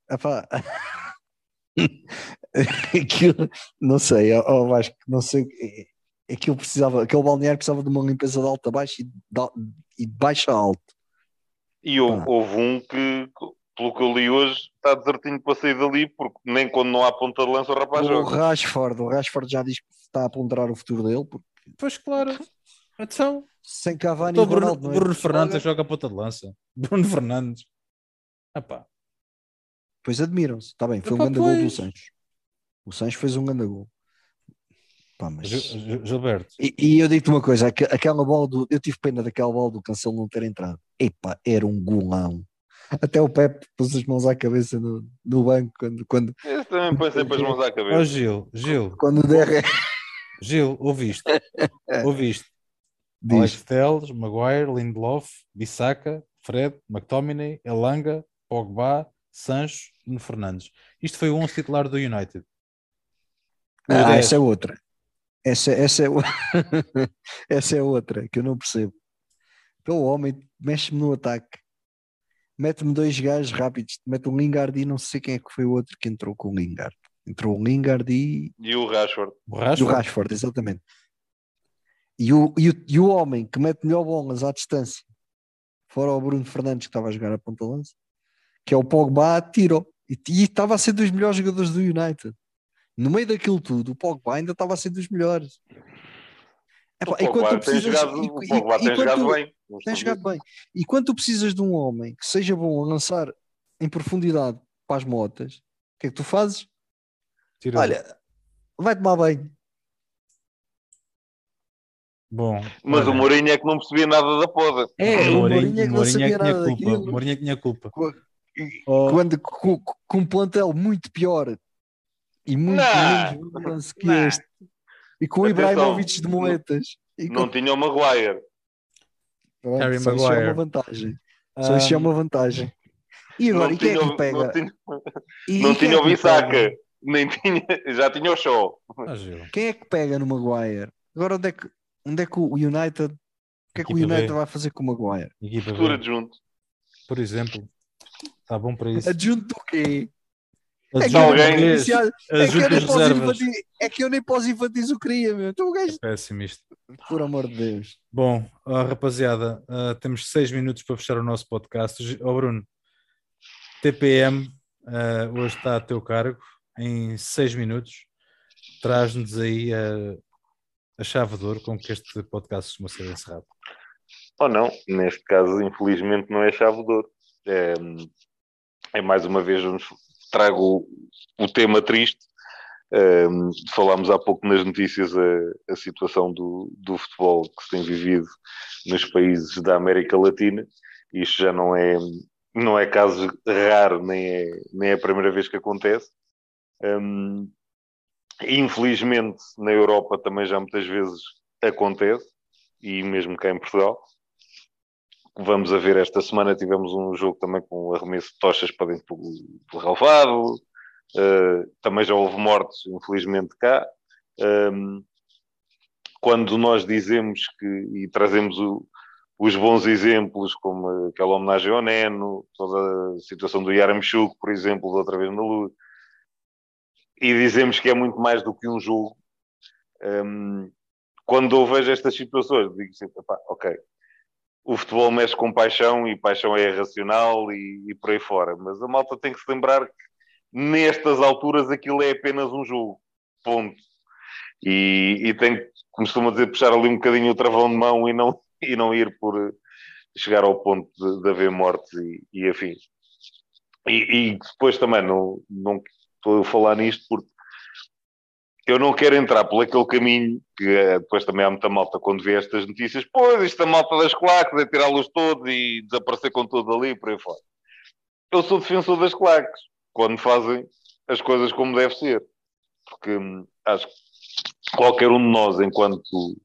Aquilo, não sei, Vasco, não sei, aquele balneário precisava de uma limpeza de alto a baixo e de baixo a alto. E houve um que, pelo que eu li hoje, está desertinho para sair dali, porque nem quando não há ponta de lança o rapaz joga. O Rashford já diz que está a ponderar o futuro dele. Pois claro. Então, sem Cavani e Ronaldo, Bruno Fernandes joga a ponta de lança. Bruno Fernandes. Epá. Pois admiram-se. Está bem, foi um grande gol do Sancho. O Sancho fez um grande gol. Mas... Gilberto. E eu digo-te uma coisa, aquela bola eu tive pena daquela bola do Cancelo não ter entrado. Epá, era um golão. Até o Pepe pôs as mãos à cabeça no banco quando... Esse também põe sempre as mãos à cabeça. Gil. Quando der... Gil, ouviste? Alex Telles, Maguire, Lindelof, Bissaka, Fred, McTominay, Elanga, Pogba, Sancho e Nuno Fernandes. Isto foi o 11 titular do United. Essa é outra. Essa é essa é outra que eu não percebo. Então o homem mexe-me no ataque, mete-me 2 gajos rápidos, mete um Lingard e não sei quem é que foi o outro que entrou com o Lingard. Entrou o Lingard e o Rashford. E o Rashford, exatamente. E o homem que mete melhor bolas à distância, fora o Bruno Fernandes que estava a jogar a ponta lança, que é o Pogba, tirou. E estava a ser dos melhores jogadores do United. No meio daquilo tudo, o Pogba ainda estava a ser dos melhores. O Pogba tem jogado bem. Tem jogado bem. E quando tu precisas de um homem que seja bom a lançar em profundidade para as motas, o que é que tu fazes? Olha, vai tomar banho. Bom, mas olha, o Mourinho é que não percebia nada da poda. O Mourinho é que não sabia nada daquilo. O Mourinho tinha culpa. Quando com um plantel muito pior e muito menos balanço que este, e com o Ibrahimovic de moletas. Não tinha o Maguire. Harry Maguire. Isso é uma vantagem. Só isso é uma vantagem. E agora, quem é que pega? Não tinha o Bissaka. Nem tinha, já tinha o Shaw. Quem é que pega no Maguire? Agora onde é que o United, o que é que o United vai fazer com o Maguire? Futuro adjunto. Por exemplo. Está bom para isso. Adjunto do quê? É que eu nem pós infantis o queria, meu. Então, é péssimo isto. Por amor de Deus. Bom, rapaziada, temos 6 minutos para fechar o nosso podcast. Bruno, TPM hoje está a teu cargo. Em 6 minutos, traz-nos aí a chave de ouro com que este podcast costuma ser encerrado. Ou não, neste caso, infelizmente, não é chave de ouro. É mais uma vez, trago o tema triste. Falámos há pouco nas notícias a situação do futebol que se tem vivido nos países da América Latina. Isto já não é caso raro, nem é a primeira vez que acontece. Infelizmente na Europa também já muitas vezes acontece, e mesmo cá em Portugal. Vamos a ver, esta semana tivemos um jogo também com arremesso de tochas para dentro do relvado. Também já houve mortes, infelizmente, cá. Quando nós dizemos e trazemos os bons exemplos, como aquela homenagem ao Neno, toda a situação do Yaramchuk, por exemplo, da outra vez na Luz, e dizemos que é muito mais do que um jogo, quando eu vejo estas situações, digo assim, ok, o futebol mexe com paixão e paixão é irracional e por aí fora, mas a malta tem que se lembrar que nestas alturas aquilo é apenas um jogo, ponto. E tem que, costuma dizer, puxar ali um bocadinho o travão de mão e não ir por chegar ao ponto de haver mortes e afins. E depois também não estou a falar nisto porque eu não quero entrar por aquele caminho que depois também há muita malta quando vê estas notícias, pois isto é malta das claques, é tirá-los todos e desaparecer com tudo ali e por aí fora. Eu sou defensor das claques quando fazem as coisas como deve ser, porque acho que qualquer um de nós, enquanto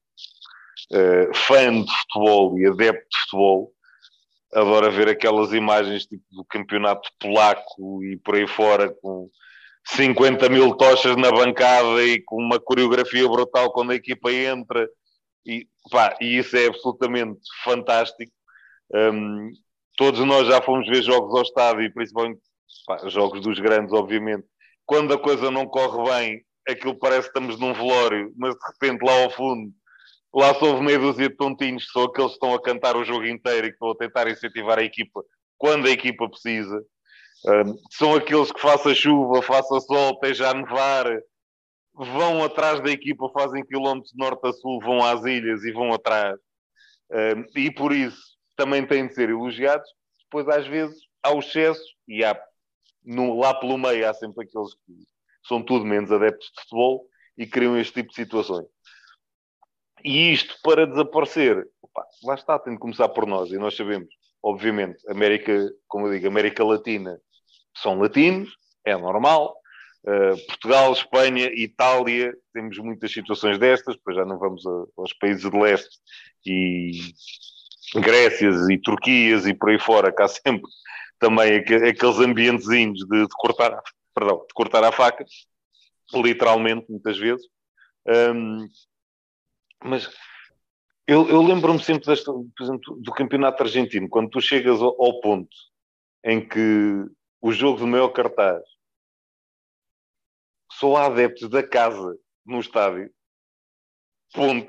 fã de futebol e adepto de futebol, adora ver aquelas imagens tipo do campeonato polaco e por aí fora, com 50 mil tochas na bancada e com uma coreografia brutal quando a equipa entra, e isso é absolutamente fantástico. Todos nós já fomos ver jogos ao estádio, e principalmente jogos dos grandes, obviamente. Quando a coisa não corre bem, aquilo parece que estamos num velório, mas de repente lá ao fundo, lá só houve meia dúzia de tontinhos, que são aqueles que estão a cantar o jogo inteiro e que estão a tentar incentivar a equipa quando a equipa precisa. São aqueles que faça chuva, faça sol, esteja a nevar, vão atrás da equipa, fazem quilómetros de norte a sul, vão às ilhas e vão atrás. E por isso também têm de ser elogiados. Depois às vezes há o excesso e lá pelo meio há sempre aqueles que são tudo menos adeptos de futebol e criam este tipo de situações. E isto para desaparecer, lá está, tem de começar por nós. E nós sabemos, obviamente, como eu digo, América Latina são latinos, é normal. Portugal, Espanha, Itália, temos muitas situações destas, depois já não vamos aos países de leste e Grécias e Turquias e por aí fora, que há sempre também aqueles ambientezinhos de cortar a faca, literalmente, muitas vezes. Mas eu lembro-me sempre, por exemplo, do campeonato argentino, quando tu chegas ao ponto em que o jogo de maior cartaz só há adeptos da casa no estádio, ponto.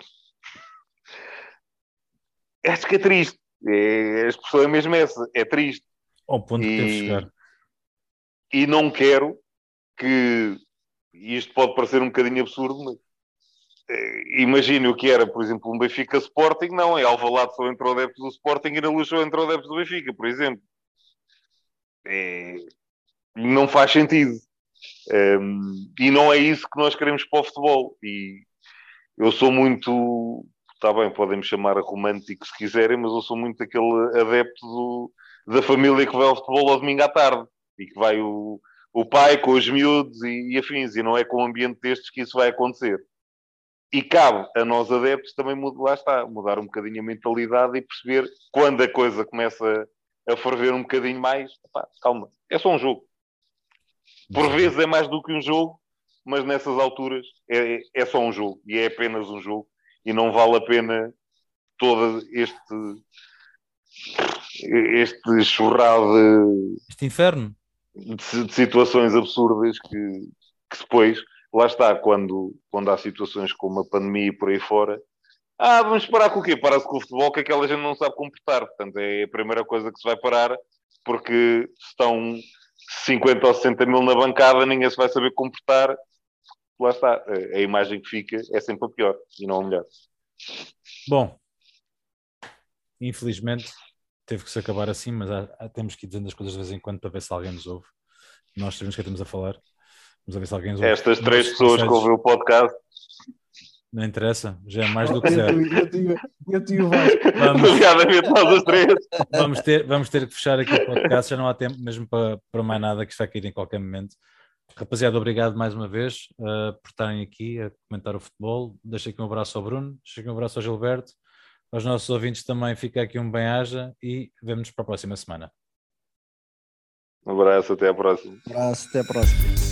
Acho que é triste. A expressão é mesmo essa, é triste. Ao ponto que teve chegar. E não quero que isto pode parecer um bocadinho absurdo, mas imagine o que era, por exemplo, um Benfica Sporting, não, em Alvalade só entrou adeptos do Sporting e na Luz só entrou adeptos do Benfica, por exemplo. Não faz sentido. E não é isso que nós queremos para o futebol. E eu sou muito, está bem, podem me chamar romântico se quiserem, mas eu sou muito aquele adepto da família que vai ao futebol ao domingo à tarde e que vai o pai com os miúdos e afins, e não é com um ambiente destes que isso vai acontecer. E cabe a nós adeptos também, lá está, mudar um bocadinho a mentalidade e perceber quando a coisa começa a ferver um bocadinho mais, calma, é só um jogo. Por vezes é mais do que um jogo, mas nessas alturas é só um jogo e é apenas um jogo e não vale a pena todo este churrado este inferno de situações absurdas que depois, lá está, quando há situações como a pandemia e por aí fora, vamos parar com o quê? Para-se com o futebol, que aquela gente não sabe comportar. Portanto, é a primeira coisa que se vai parar, porque estão 50 ou 60 mil na bancada, ninguém se vai saber comportar. Lá está, a imagem que fica é sempre a pior e não a melhor. Bom, infelizmente teve que se acabar assim, mas temos que ir dizendo as coisas de vez em quando para ver se alguém nos ouve. Nós sabemos que estamos a falar. Vamos a ver se alguém nos ouve. Estas 3 pessoas que ouvem o podcast. Não interessa, já é mais do que zero. Eu te o Vasco. Nomeadamente nós os 3. Vamos ter que fechar aqui o podcast, já não há tempo mesmo para mais nada, que está a cair em qualquer momento. Rapaziada, obrigado mais uma vez por estarem aqui a comentar o futebol. Deixo aqui um abraço ao Bruno, deixo aqui um abraço ao Gilberto. Aos nossos ouvintes também fica aqui um bem-aja e vemo-nos para a próxima semana. Um abraço, até à próxima. Um abraço, até à próxima.